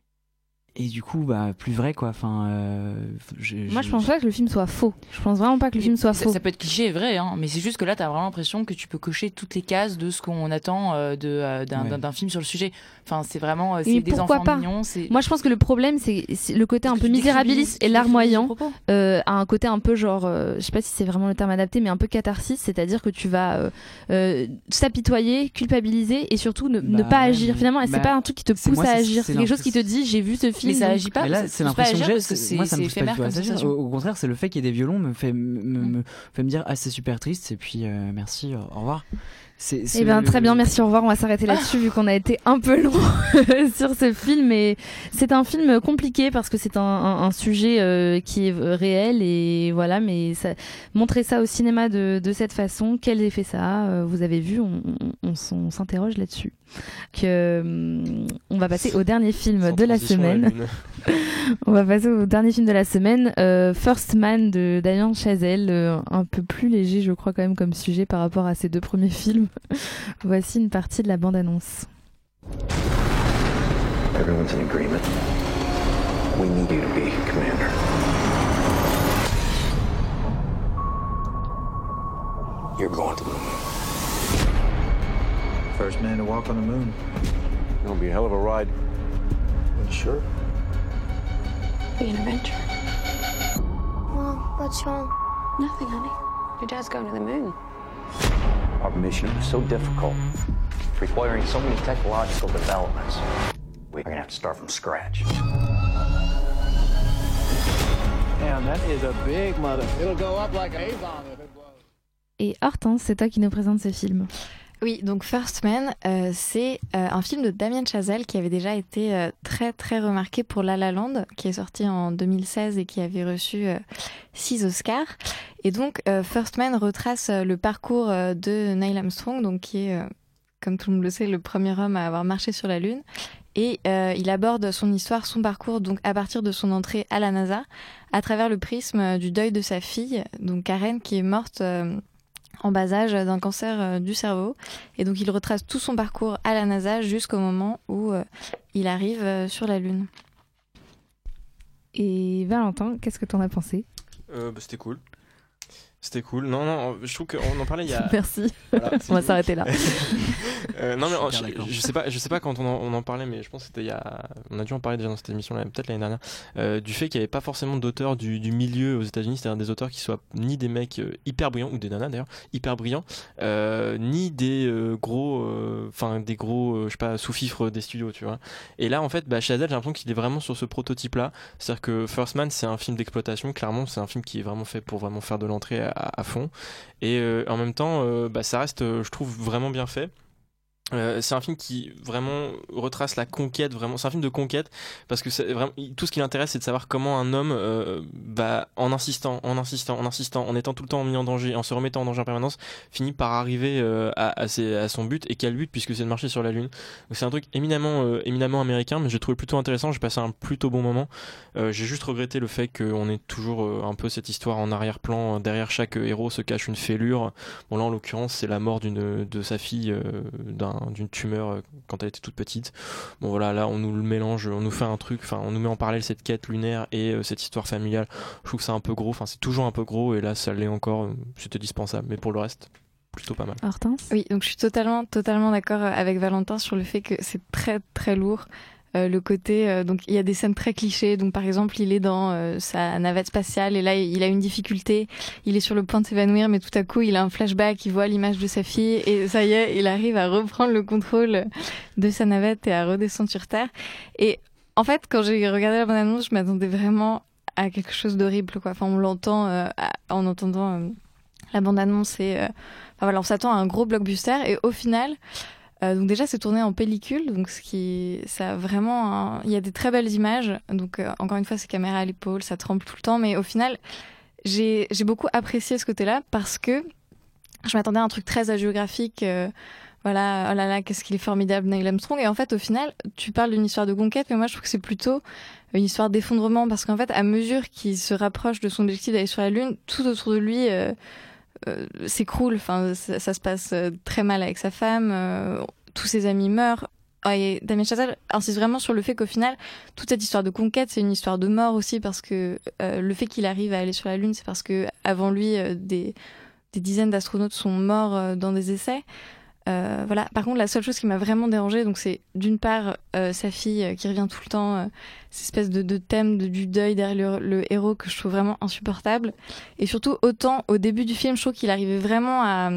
Et du coup, bah, plus vrai, quoi. Enfin, euh, je, Moi, je, je pense pas que le film soit faux. Je pense vraiment pas que le film soit ça, faux. Ça peut être cliché et vrai, hein, mais c'est juste que là, t'as vraiment l'impression que tu peux cocher toutes les cases de ce qu'on attend euh, de, euh, d'un, ouais. d'un, d'un film sur le sujet. Enfin, c'est vraiment euh, c'est mais des enfants pas mignons. C'est... Moi, je pense que le problème, c'est, c'est le côté Parce un peu misérabiliste et larmoyant. Euh, a un côté un peu genre, euh, je sais pas si c'est vraiment le terme adapté, mais un peu catharsis, c'est-à-dire que tu vas euh, euh, s'apitoyer, culpabiliser et surtout ne, bah, ne pas agir. Finalement, bah, c'est pas un truc qui te pousse moi, à c'est, agir. C'est, c'est quelque chose qui te dit, j'ai vu ce film. Mais ça agit pas. Mais là, c'est l'impression que j'ai. C'est, moi, ça me pousse pas du tout à agir. Au, au contraire, c'est le fait qu'il y ait des violons me fait me, mm. me, fait me dire ah c'est super triste et puis euh, merci, au revoir. C'est, c'est eh bien, le... très bien, merci, au revoir. On va s'arrêter là-dessus ah. vu qu'on a été un peu long sur ce film. Et c'est un film compliqué parce que c'est un, un, un sujet euh, qui est réel et voilà. Mais ça, montrer ça au cinéma de, de cette façon, quel effet ça a, euh, vous avez vu, on, on, on, on s'interroge là-dessus. Que, euh, on va passer au dernier film Sans de la semaine. On va passer au dernier film de la semaine, euh, First Man de Damien Chazelle, euh, un peu plus léger, je crois, quand même comme sujet par rapport à ses deux premiers films. Voici une partie de la bande-annonce. Everyone's in agreement. We need you to be commander. You're going to the moon. First man to walk on the moon. It'll be a hell of a ride. You sure? Be an adventure. Mom, what's wrong? Nothing, honey. Your dad's going to the moon. Our mission was so difficult, requiring so many technological developments. We're gonna have to start from scratch. Yeah, Damn, that is a big mother. It'll go up like an A-bomb if it blows. Et Hortense, c'est toi qui nous présente ce film. Oui, donc First Man, euh, c'est euh, un film de Damien Chazelle qui avait déjà été euh, très très remarqué pour La La Land, qui est sorti en deux mille seize et qui avait reçu euh, six Oscars. Et donc euh, First Man retrace euh, le parcours euh, de Neil Armstrong, donc qui est, euh, comme tout le monde le sait, le premier homme à avoir marché sur la Lune. Et euh, il aborde son histoire, son parcours, donc à partir de son entrée à la NASA, à travers le prisme euh, du deuil de sa fille, donc Karen, qui est morte euh, en bas âge d'un cancer euh, du cerveau. Et donc il retrace tout son parcours à la NASA jusqu'au moment où euh, il arrive euh, sur la Lune. Et Valentin, qu'est-ce que t'en as pensé ? euh, bah, C'était cool. C'était cool. Non, non, je trouve qu'on en parlait il y a... Merci. Voilà, on va s'arrêter là. euh, non, mais je, je sais pas, je sais pas quand on en, on en parlait, mais je pense que c'était il y a... On a dû en parler déjà dans cette émission-là, peut-être l'année dernière, euh, du fait qu'il n'y avait pas forcément d'auteurs du, du milieu aux États-Unis, c'est-à-dire des auteurs qui soient ni des mecs euh, hyper brillants, ou des nanas d'ailleurs, hyper brillants, euh, ni des euh, gros... Enfin, euh, des gros, euh, je sais pas, sous-fifres des studios, tu vois. Et là, en fait, bah, Chazelle, j'ai l'impression qu'il est vraiment sur ce prototype-là. C'est-à-dire que First Man, c'est un film d'exploitation, clairement, c'est un film qui est vraiment fait pour vraiment faire de l'entrée à, à fond. Et euh, en même temps, euh, bah, ça reste, euh, je trouve, vraiment bien fait. Euh, c'est un film qui vraiment retrace la conquête, vraiment c'est un film de conquête parce que c'est vraiment, tout ce qui l'intéresse c'est de savoir comment un homme euh, bah, en insistant, en insistant, en insistant, en étant tout le temps mis en danger, en se remettant en danger en permanence, finit par arriver euh, à, à, ses, à son but. Et quel but, puisque c'est de marcher sur la Lune. Donc c'est un truc éminemment, euh, éminemment américain, mais j'ai trouvé plutôt intéressant, j'ai passé un plutôt bon moment. Euh, j'ai juste regretté le fait qu'on ait toujours euh, un peu cette histoire en arrière-plan, derrière chaque héros se cache une fêlure. Bon là en l'occurrence c'est la mort d'une, de sa fille euh, d'un d'une tumeur quand elle était toute petite. Bon voilà, là on nous le mélange, on nous fait un truc, enfin on nous met en parallèle cette quête lunaire et euh, cette histoire familiale. Je trouve que c'est un peu gros, enfin c'est toujours un peu gros et là ça l'est encore, c'était dispensable, mais pour le reste plutôt pas mal. Hortense ? Oui, donc je suis totalement totalement d'accord avec Valentin sur le fait que c'est très très lourd. Euh, le côté euh, donc il y a des scènes très clichés, donc par exemple il est dans euh, sa navette spatiale et là il a une difficulté, il est sur le point de s'évanouir mais tout à coup il a un flashback, il voit l'image de sa fille et ça y est il arrive à reprendre le contrôle de sa navette et à redescendre sur Terre. Et en fait quand j'ai regardé la bande-annonce je m'attendais vraiment à quelque chose d'horrible quoi. Enfin on l'entend euh, en entendant euh, la bande-annonce et euh, enfin, voilà on s'attend à un gros blockbuster et au final Euh, donc déjà c'est tourné en pellicule, donc ce qui, ça a vraiment, un... il y a des très belles images. Donc euh, encore une fois c'est caméra à l'épaule, ça tremble tout le temps, mais au final j'ai j'ai beaucoup apprécié ce côté-là parce que je m'attendais à un truc très hagiographique. Euh, voilà, oh là là, qu'est-ce qu'il est formidable Neil Armstrong. Et en fait au final tu parles d'une histoire de conquête, mais moi je trouve que c'est plutôt une histoire d'effondrement parce qu'en fait à mesure qu'il se rapproche de son objectif d'aller sur la Lune, tout autour de lui euh, Euh, s'écroule, enfin ça, ça se passe euh, très mal avec sa femme, euh, tous ses amis meurent. Ah, et Damien Chazelle insiste vraiment sur le fait qu'au final toute cette histoire de conquête c'est une histoire de mort aussi parce que euh, le fait qu'il arrive à aller sur la Lune c'est parce que avant lui euh, des, des dizaines d'astronautes sont morts euh, dans des essais. Euh, voilà. Par contre, la seule chose qui m'a vraiment dérangée, donc c'est d'une part euh, sa fille euh, qui revient tout le temps, euh, cette espèce de, de thème de, du deuil derrière le, le héros que je trouve vraiment insupportable. Et surtout, autant au début du film, je trouve qu'il arrivait vraiment à,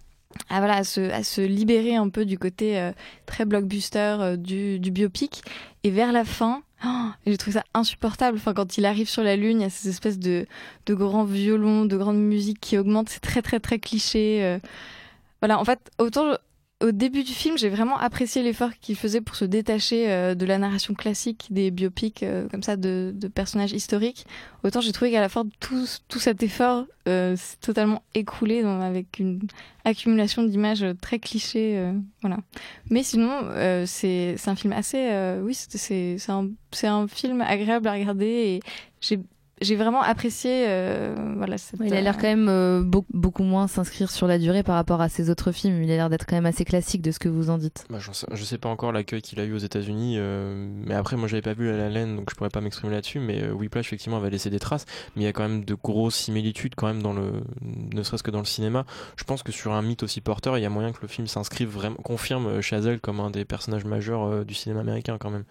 à, voilà, à, se, à se libérer un peu du côté euh, très blockbuster euh, du, du biopic. Et vers la fin, oh, j'ai trouvé ça insupportable. Enfin, quand il arrive sur la Lune, il y a ces espèces de, de grands violons, de grandes musiques qui augmentent. C'est très, très, très cliché. Euh, Voilà, en fait, autant au début du film, j'ai vraiment apprécié l'effort qu'il faisait pour se détacher euh, de la narration classique des biopics euh, comme ça de, de personnages historiques. Autant j'ai trouvé qu'à la fin tout, tout cet effort euh, s'est totalement écroulé dans, avec une accumulation d'images très clichés. Euh, voilà. Mais sinon, euh, c'est, c'est un film assez, euh, oui, c'est, c'est, c'est, un, c'est un film agréable à regarder et j'ai J'ai vraiment apprécié. Euh, voilà, cette, il a l'air quand même euh, beaucoup, beaucoup moins s'inscrire sur la durée par rapport à ses autres films. Il a l'air d'être quand même assez classique de ce que vous en dites. Bah, sais, je sais pas encore l'accueil qu'il a eu aux États-Unis, euh, mais après, moi, j'avais pas vu La La Land, donc je pourrais pas m'exprimer là-dessus. Mais euh, Whiplash, effectivement, va laisser des traces. Mais il y a quand même de grosses similitudes, quand même, dans le, ne serait-ce que dans le cinéma. Je pense que sur un mythe aussi porteur, il y a moyen que le film s'inscrive vraiment, confirme Chazelle comme un des personnages majeurs euh, du cinéma américain, quand même.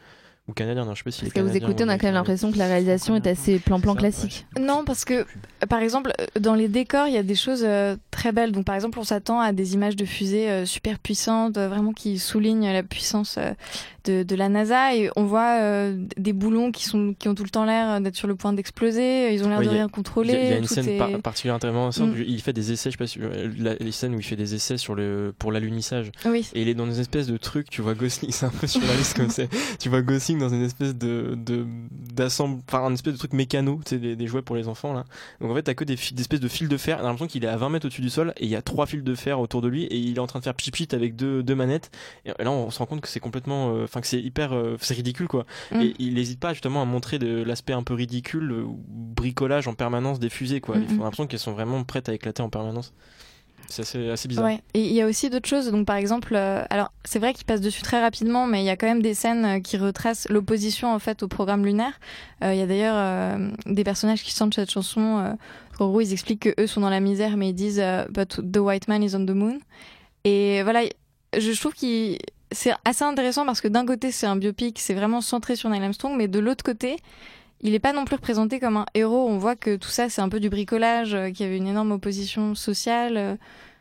ou canadien, non, je sais pas si Parce que vous écoutez, on a quand même l'impression que la réalisation est assez plan-plan classique. Non, parce que, par exemple, dans les décors, il y a des choses euh, très belles. Donc, par exemple, on s'attend à des images de fusées euh, super puissantes, euh, vraiment qui soulignent la puissance euh, de, de la NASA. Et on voit euh, des boulons qui, sont, qui ont tout le temps l'air d'être sur le point d'exploser. Ils ont l'air ouais, de rien contrôler. Il y, y a une scène est... par, particulièrement intéressante. Mm. Il fait des essais, je sais pas si, la, les scènes où il fait des essais sur le, pour l'alunissage. Oui. Et il est dans une espèce de truc, tu vois Gosling, c'est un peu surréaliste comme c'est. Tu vois Gosling dans une espèce de, de, d'assemble, enfin, un espèce de truc mécano, tu sais, des, des jouets pour les enfants, là. Donc en fait, t'as que des, des espèces de fils de fer. T'as l'impression qu'il est à vingt mètres au-dessus du sol et il y a trois fils de fer autour de lui et il est en train de faire pchit avec deux, deux manettes. Et là, on se rend compte que c'est complètement, enfin, euh, que c'est hyper, euh, c'est ridicule, quoi. Mm. Et il n'hésite pas justement à montrer de l'aspect un peu ridicule, euh, bricolage en permanence des fusées, quoi. Mm-hmm. Il a l'impression qu'elles sont vraiment prêtes à éclater en permanence. C'est assez, assez bizarre. Ouais. Et il y a aussi d'autres choses. Donc, par exemple, euh, alors c'est vrai qu'il passe dessus très rapidement, mais il y a quand même des scènes qui retracent l'opposition en fait au programme lunaire. Il euh, y a d'ailleurs euh, des personnages qui chantent cette chanson. Euh, en gros, ils expliquent que eux sont dans la misère, mais ils disent euh, "But the white man is on the moon". Et voilà, je trouve que c'est assez intéressant parce que d'un côté, c'est un biopic, c'est vraiment centré sur Neil Armstrong, mais de l'autre côté, il n'est pas non plus représenté comme un héros. On voit que tout ça, c'est un peu du bricolage, euh, qu'il y avait une énorme opposition sociale. Euh...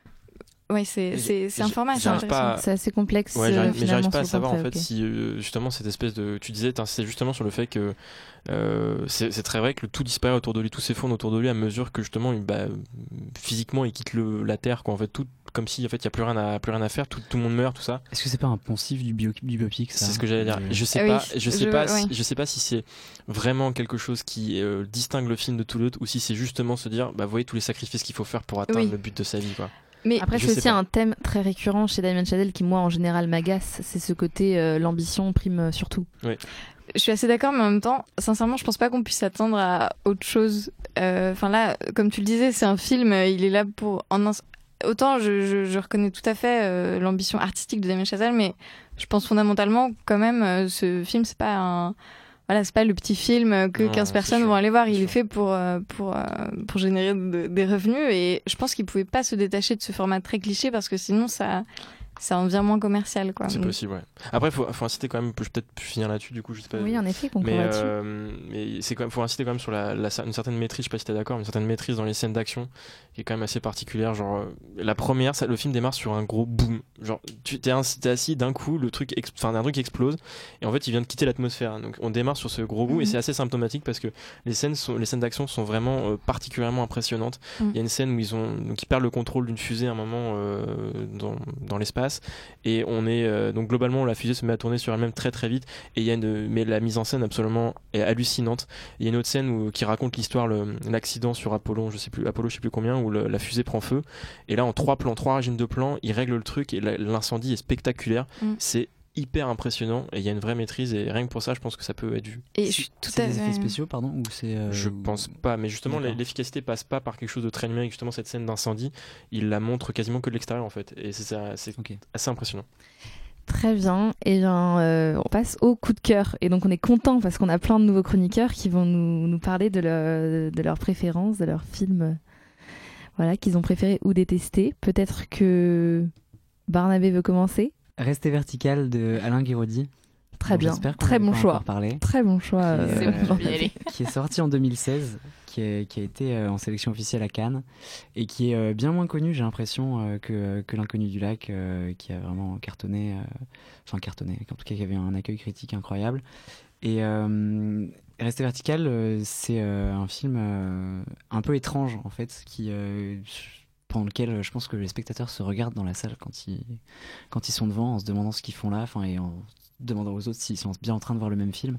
Ouais, c'est, c'est, c'est un format assez intéressant. À... C'est assez complexe. Ouais, j'arrive, euh, mais j'arrive pas à savoir portrait, en fait okay. si euh, justement cette espèce de. Tu disais, c'est justement sur le fait que euh, c'est, c'est très vrai que le tout disparaît autour de lui, tout s'effondre autour de lui à mesure que justement, il, bah, physiquement, il quitte le, la Terre, quoi. En fait, tout comme si en fait il y a plus rien à plus rien à faire, tout, tout le monde meurt, tout ça. Est-ce que c'est pas un poncif du, bio, du biopic ça? C'est ce que j'allais dire. Je sais ah pas, oui, je sais je, pas, oui. si, je sais pas si c'est vraiment quelque chose qui euh, distingue le film de tout l'autre ou si c'est justement se dire, bah, vous voyez tous les sacrifices qu'il faut faire pour atteindre oui. le but de sa vie, quoi. Mais après, je c'est aussi pas. un thème très récurrent chez Damien Chazelle qui, moi, en général, m'agace. C'est ce côté euh, l'ambition prime euh, surtout. Oui. Je suis assez d'accord, mais en même temps, sincèrement, je pense pas qu'on puisse s'attendre à autre chose. Enfin euh, là, comme tu le disais, c'est un film, il est là pour... En un... Autant je, je, je reconnais tout à fait euh, l'ambition artistique de Damien Chazelle, mais je pense fondamentalement, quand même, euh, ce film, c'est pas un... Voilà, c'est pas le petit film que non, quinze personnes sûr, vont aller voir. Il est fait pour, euh, pour, euh, pour générer de, des revenus. Et je pense qu'il pouvait pas se détacher de ce format très cliché parce que sinon, ça, ça en devient moins commercial, quoi. C'est Donc... possible, ouais. Après, faut, faut inciter quand même, je vais peut-être finir là-dessus, du coup, je sais pas. Oui, en effet, conclure mais, là-dessus. Euh, mais c'est quand même, faut inciter quand même sur la, la, une certaine maîtrise, je sais pas si t'es d'accord, mais une certaine maîtrise dans les scènes d'action qui est quand même assez particulière. Genre, euh, la première, ça, le film démarre sur un gros boom. Genre, tu t'es, t'es assis d'un coup, le truc, enfin, un truc explose, et en fait, il vient de quitter l'atmosphère. Donc, on démarre sur ce gros boom, mm-hmm. et c'est assez symptomatique parce que les scènes, sont, les scènes d'action sont vraiment euh, particulièrement impressionnantes. Il mm. y a une scène où ils ont, donc, ils perdent le contrôle d'une fusée à un moment euh, dans, dans l'espace, et on est euh, donc globalement la fusée se met à tourner sur elle-même très très vite et il y a une mais la mise en scène absolument est hallucinante. Il y a une autre scène où, qui raconte l'histoire le, l'accident sur Apollo, je sais plus Apollo je sais plus combien où le, la fusée prend feu et là en trois plans, trois régimes de plans, il règle le truc et la, l'incendie est spectaculaire. Mm. C'est hyper impressionnant et il y a une vraie maîtrise et rien que pour ça je pense que ça peut être vu. Et je suis tout c'est à des fait... effets spéciaux pardon ou c'est euh... Je pense pas mais justement D'accord. l'efficacité passe pas par quelque chose de très numérique. Justement cette scène d'incendie il la montre quasiment que de l'extérieur en fait et c'est, c'est okay. assez impressionnant. Très bien, et bien euh, on passe au coup de cœur et donc on est content parce qu'on a plein de nouveaux chroniqueurs qui vont nous, nous parler de, leur, de leurs préférences, de leurs films voilà, qu'ils ont préférés ou détestés. Peut-être que Barnabé veut commencer. Rester vertical de Alain Guiraudy. Très bien, très bon choix. Très bon choix. Qui, euh, qui est sorti en deux mille seize, qui, est, qui a été euh, en sélection officielle à Cannes et qui est euh, bien moins connu, j'ai l'impression, euh, que, que L'Inconnu du lac, euh, qui a vraiment cartonné, euh, enfin cartonné, en tout cas qui avait un accueil critique incroyable. Et euh, Rester vertical, euh, c'est euh, un film euh, un peu étrange en fait, qui euh, pendant lequel je pense que les spectateurs se regardent dans la salle quand ils, quand ils sont devant, en se demandant ce qu'ils font là, enfin et en demandant aux autres s'ils sont bien en train de voir le même film.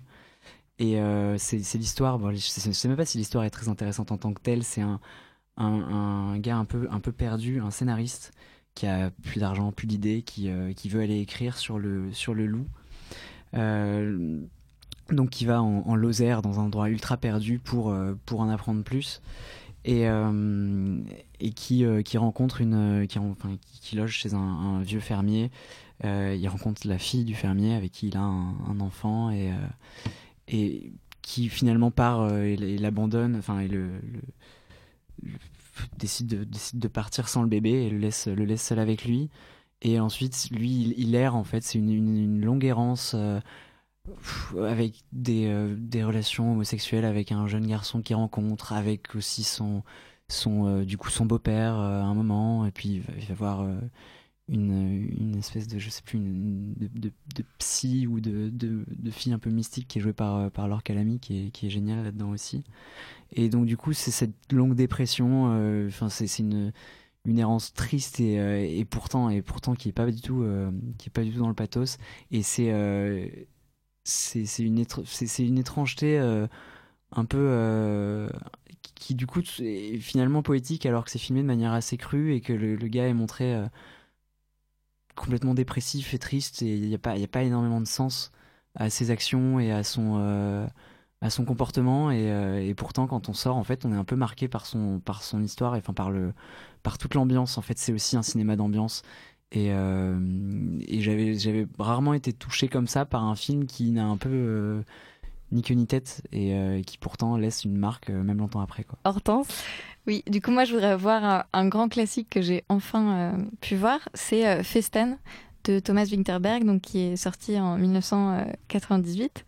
Et euh, c'est, c'est l'histoire, bon, je sais, je sais même pas si l'histoire est très intéressante en tant que telle, c'est un, un, un gars un peu, un peu perdu, un scénariste qui a plus d'argent, plus d'idées, qui, euh, qui veut aller écrire sur le, sur le loup. Euh, donc qui va en, en Lozère, dans un endroit ultra perdu pour, euh, pour en apprendre plus. Et, euh, et qui, euh, qui rencontre une... Qui, enfin, qui, qui loge chez un, un vieux fermier. Euh, il rencontre la fille du fermier avec qui il a un, un enfant et, euh, et qui finalement part euh, et, et l'abandonne, enfin et le, le, le décide, de, décide de partir sans le bébé et le laisse, le laisse seul avec lui. Et ensuite, lui, il, il erre en fait, c'est une, une, une longue errance euh, pff, avec des, euh, des relations homosexuelles avec un jeune garçon qu'il rencontre, avec aussi son, son, euh, du coup, son beau-père euh, à un moment, et puis il va, il va voir euh, une, une espèce de, je sais plus, une, de, de, de psy ou de, de, de fille un peu mystique qui est jouée par, par Laure Calamy, qui est, qui est géniale là-dedans aussi. Et donc du coup, c'est cette longue dépression, enfin euh, c'est, c'est une, une errance triste et, euh, et pourtant et pourtant qui est pas du tout euh, qui est pas du tout dans le pathos. Et c'est euh, c'est, c'est une étr- c'est, c'est une étrangeté euh, un peu euh, qui, qui du coup est finalement poétique alors que c'est filmé de manière assez crue et que le, le gars est montré euh, complètement dépressif et triste et il y a pas il y a pas énormément de sens à ses actions et à son euh, à son comportement et, euh, et pourtant quand on sort en fait on est un peu marqué par son par son histoire et enfin par le par toute l'ambiance. En fait c'est aussi un cinéma d'ambiance et, euh, et j'avais j'avais rarement été touché comme ça par un film qui n'a un peu euh, ni queue ni tête et euh, qui pourtant laisse une marque euh, même longtemps après quoi. Hortense. Oui, du coup moi je voudrais voir un, un grand classique que j'ai enfin euh, pu voir, c'est euh, Festen de Thomas Vinterberg, donc qui est sorti en dix-neuf cent quatre-vingt-dix-huit.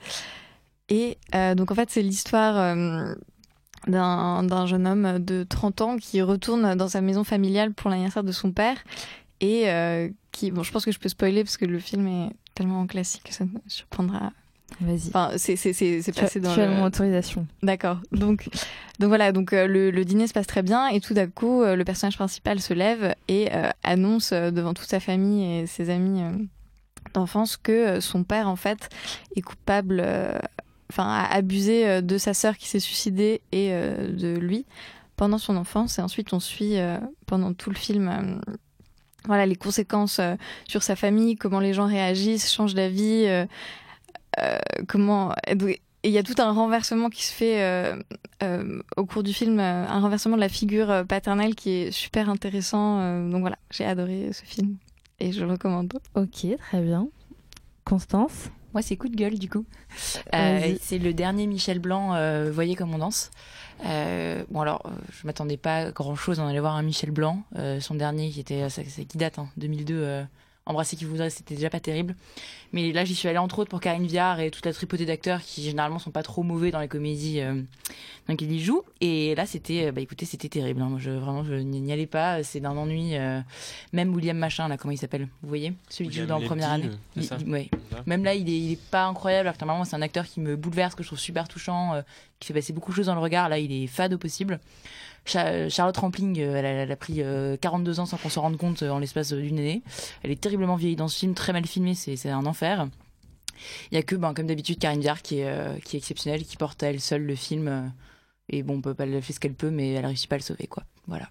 Et euh, donc en fait c'est l'histoire euh, d'un, d'un jeune homme de trente ans qui retourne dans sa maison familiale pour l'anniversaire de son père et euh, qui, bon je pense que je peux spoiler parce que le film est tellement classique que ça me surprendra. Vas-y. Enfin, c'est, c'est, c'est, c'est passé dans tu le... as mon autorisation. D'accord. Donc, donc voilà, donc, euh, le, le dîner se passe très bien et tout d'un coup, euh, le personnage principal se lève et euh, annonce euh, devant toute sa famille et ses amis euh, d'enfance que euh, son père, en fait, est coupable... Euh, enfin, a abusé euh, de sa sœur qui s'est suicidée et euh, de lui pendant son enfance. Et ensuite, on suit euh, pendant tout le film... Euh, voilà, les conséquences euh, sur sa famille, comment les gens réagissent, changent d'avis... Euh, Euh, comment et il y a tout un renversement qui se fait euh, euh, au cours du film, euh, un renversement de la figure euh, paternelle qui est super intéressant. Euh, donc voilà, j'ai adoré ce film et je le recommande. Ok, très bien. Constance? Moi, c'est coup de gueule du coup. Euh, c'est le dernier Michel Blanc, euh, Voyez comme on danse. Euh, bon alors, euh, je m'attendais pas à grand chose à aller voir un Michel Blanc. Euh, son dernier qui était, ça, ça, qui date, hein, deux mille deux. Euh, Embrasser qui voudrait, c'était déjà pas terrible. Mais là, j'y suis allée entre autres pour Karine Viard et toute la tripotée d'acteurs qui généralement sont pas trop mauvais dans les comédies euh, dans lesquelles ils jouent. Et là, c'était, bah écoutez, c'était terrible. Hein. Moi, je, vraiment, je n'y allais pas. C'est d'un ennui. Euh, même William Machin, là, comment il s'appelle? Vous voyez, celui qui joue dans la première année. C'est ça. Il, ouais. Même là, il est, il est pas incroyable. Alors que normalement, c'est un acteur qui me bouleverse, que je trouve super touchant, euh, qui fait passer beaucoup de choses dans le regard. Là, il est fade au possible. Charlotte Rampling, elle a, elle a pris quarante-deux ans sans qu'on s'en rende compte en l'espace d'une année. Elle est terriblement vieillie dans ce film, très mal filmé, c'est, c'est un enfer. Il y a que, ben, comme d'habitude, Karine Viard qui est, euh, qui est exceptionnelle, qui porte à elle seule le film. Euh, et bon, on peut pas, elle fait ce qu'elle peut, mais elle réussit pas à le sauver, quoi. Voilà.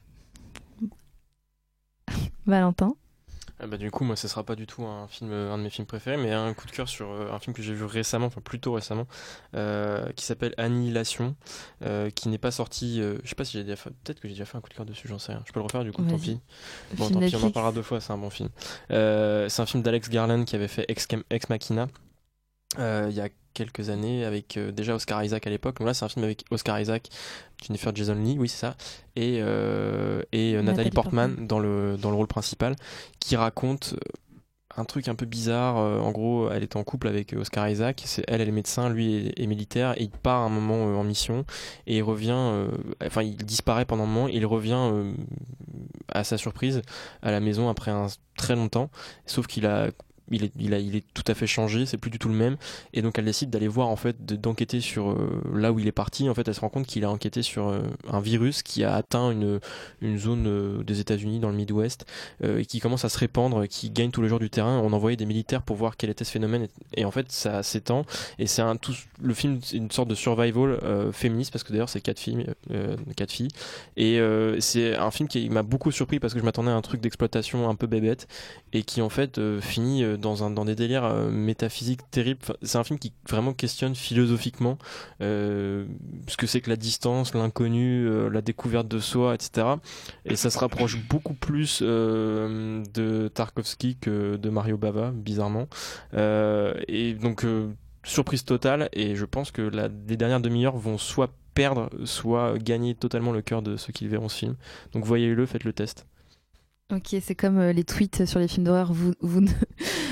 Valentin? Ah bah du coup, moi, ce sera pas du tout un film, un de mes films préférés, mais un coup de cœur sur euh, un film que j'ai vu récemment, enfin plutôt récemment, euh, qui s'appelle Annihilation, euh, qui n'est pas sorti. Euh, je sais pas si j'ai déjà fait, peut-être que j'ai déjà fait un coup de cœur dessus, j'en sais rien. Je peux le refaire du coup, Vas-y. tant pis. Bon, Film tant pis, Netflix. on en parlera deux fois. C'est un bon film. Euh, c'est un film d'Alex Garland qui avait fait Ex, Ex Machina euh, il y a quelques années avec euh, déjà Oscar Isaac à l'époque. Donc là, c'est un film avec Oscar Isaac, Jennifer Jason Leigh, oui c'est ça, et euh, et euh, Nathalie, Nathalie Portman, Portman dans le dans le rôle principal, qui raconte euh, un truc un peu bizarre. Euh, en gros, elle est en couple avec Oscar Isaac. C'est elle, elle est médecin, lui est, est militaire, et il part à un moment euh, en mission et il revient. euh, Enfin, il disparaît pendant un moment. Et il revient euh, à sa surprise à la maison après un très longtemps. Sauf qu'il a Il est, il, a, il est tout à fait changé, c'est plus du tout le même, et donc elle décide d'aller voir, en fait, de, d'enquêter sur euh, là où il est parti. En fait, elle se rend compte qu'il a enquêté sur euh, un virus qui a atteint une, une zone euh, des États-Unis dans le Midwest, euh, et qui commence à se répandre, qui gagne tous les jours du terrain. On envoyait des militaires pour voir quel était ce phénomène, et, et en fait ça s'étend, et c'est un, tout, le film c'est une sorte de survival euh, féministe, parce que d'ailleurs c'est quatre filles, euh, quatre filles, et euh, c'est un film qui m'a beaucoup surpris parce que je m'attendais à un truc d'exploitation un peu bébête, et qui en fait euh, finit euh, Dans, un, dans des délires euh, métaphysiques terribles. Enfin, c'est un film qui vraiment questionne philosophiquement euh, ce que c'est que la distance, l'inconnu, euh, la découverte de soi, et cetera. Et ça se rapproche beaucoup plus euh, de Tarkovsky que de Mario Bava, bizarrement. Euh, et donc, euh, surprise totale, et je pense que la, les dernières demi-heures vont soit perdre, soit gagner totalement le cœur de ceux qui verront ce film. Donc voyez-le, faites le test. Ok, c'est comme euh, les tweets sur les films d'horreur, vous, vous, ne,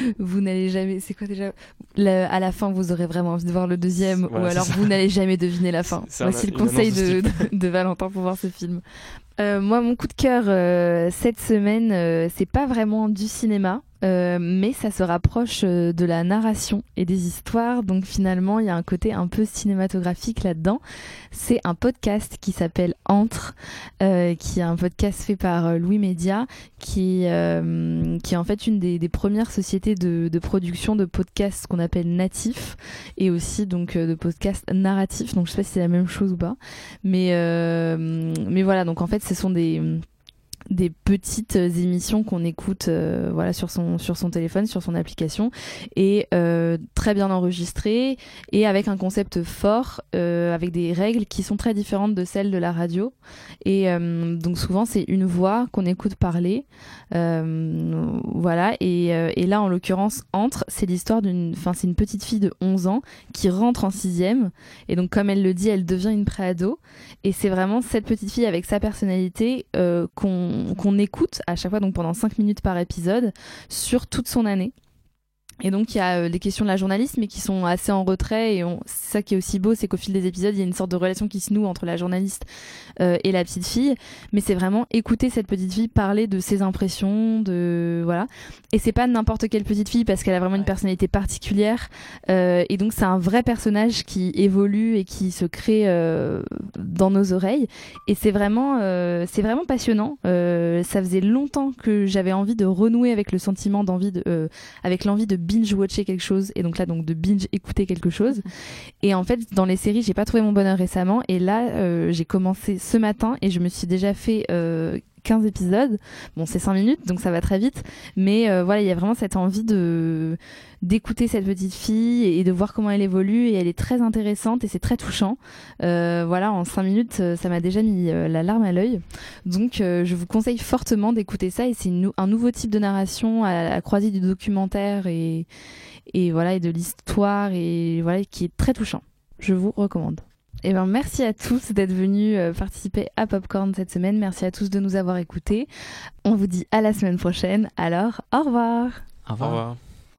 vous n'allez jamais. C'est quoi déjà le, à la fin, vous aurez vraiment envie de voir le deuxième, voilà, ou alors vous n'allez jamais deviner la fin. C'est Voici un, le conseil de, de, de Valentin pour voir ce film. Euh, moi, mon coup de cœur euh, cette semaine, euh, c'est pas vraiment du cinéma. Euh, mais ça se rapproche euh, de la narration et des histoires, donc finalement il y a un côté un peu cinématographique là-dedans. C'est un podcast qui s'appelle Entre, euh, qui est un podcast fait par euh, Louis Média, qui, euh, qui est en fait une des, des premières sociétés de, de production de podcasts qu'on appelle natifs, et aussi donc euh, de podcasts narratifs, donc je sais pas si c'est la même chose ou pas, mais, euh, mais voilà, donc en fait ce sont des... des petites émissions qu'on écoute euh, voilà, sur, son, sur son téléphone, sur son application, et euh, très bien enregistrées et avec un concept fort, euh, avec des règles qui sont très différentes de celles de la radio. Et euh, donc souvent c'est une voix qu'on écoute parler, euh, voilà. Et, euh, et là en l'occurrence Entre, c'est l'histoire d'une, enfin c'est une petite fille de onze ans qui rentre en sixième, et donc comme elle le dit, elle devient une préado, et c'est vraiment cette petite fille avec sa personnalité euh, qu'on qu'on écoute à chaque fois, donc pendant cinq minutes par épisode, sur toute son année. Et donc il y a euh, les questions de la journaliste, mais qui sont assez en retrait, et on... c'est ça qui est aussi beau, c'est qu'au fil des épisodes il y a une sorte de relation qui se noue entre la journaliste euh, et la petite fille, mais c'est vraiment écouter cette petite fille parler de ses impressions, de voilà. Et c'est pas n'importe quelle petite fille, parce qu'elle a vraiment une personnalité particulière, euh, et donc c'est un vrai personnage qui évolue et qui se crée euh, dans nos oreilles, et c'est vraiment euh, c'est vraiment passionnant. Euh, ça faisait longtemps que j'avais envie de renouer avec le sentiment d'envie de euh, avec l'envie de binge-watcher quelque chose, et donc là donc de binge-écouter quelque chose. Et en fait dans les séries j'ai pas trouvé mon bonheur récemment, et là euh, j'ai commencé ce matin et je me suis déjà fait euh, quinze épisodes. Bon, c'est cinq minutes donc ça va très vite, mais euh, voilà, il y a vraiment cette envie de d'écouter cette petite fille et de voir comment elle évolue, et elle est très intéressante et c'est très touchant. Euh, voilà, en cinq minutes ça m'a déjà mis euh, la larme à l'œil, donc euh, je vous conseille fortement d'écouter ça. Et c'est une, un nouveau type de narration à la croisée du documentaire et, et voilà, et de l'histoire, et voilà, qui est très touchant. Je vous recommande. Eh ben, merci à tous d'être venus euh, participer à Popcorn cette semaine. Merci à tous de nous avoir écoutés. On vous dit à la semaine prochaine. Alors, au revoir. Au revoir. Au revoir.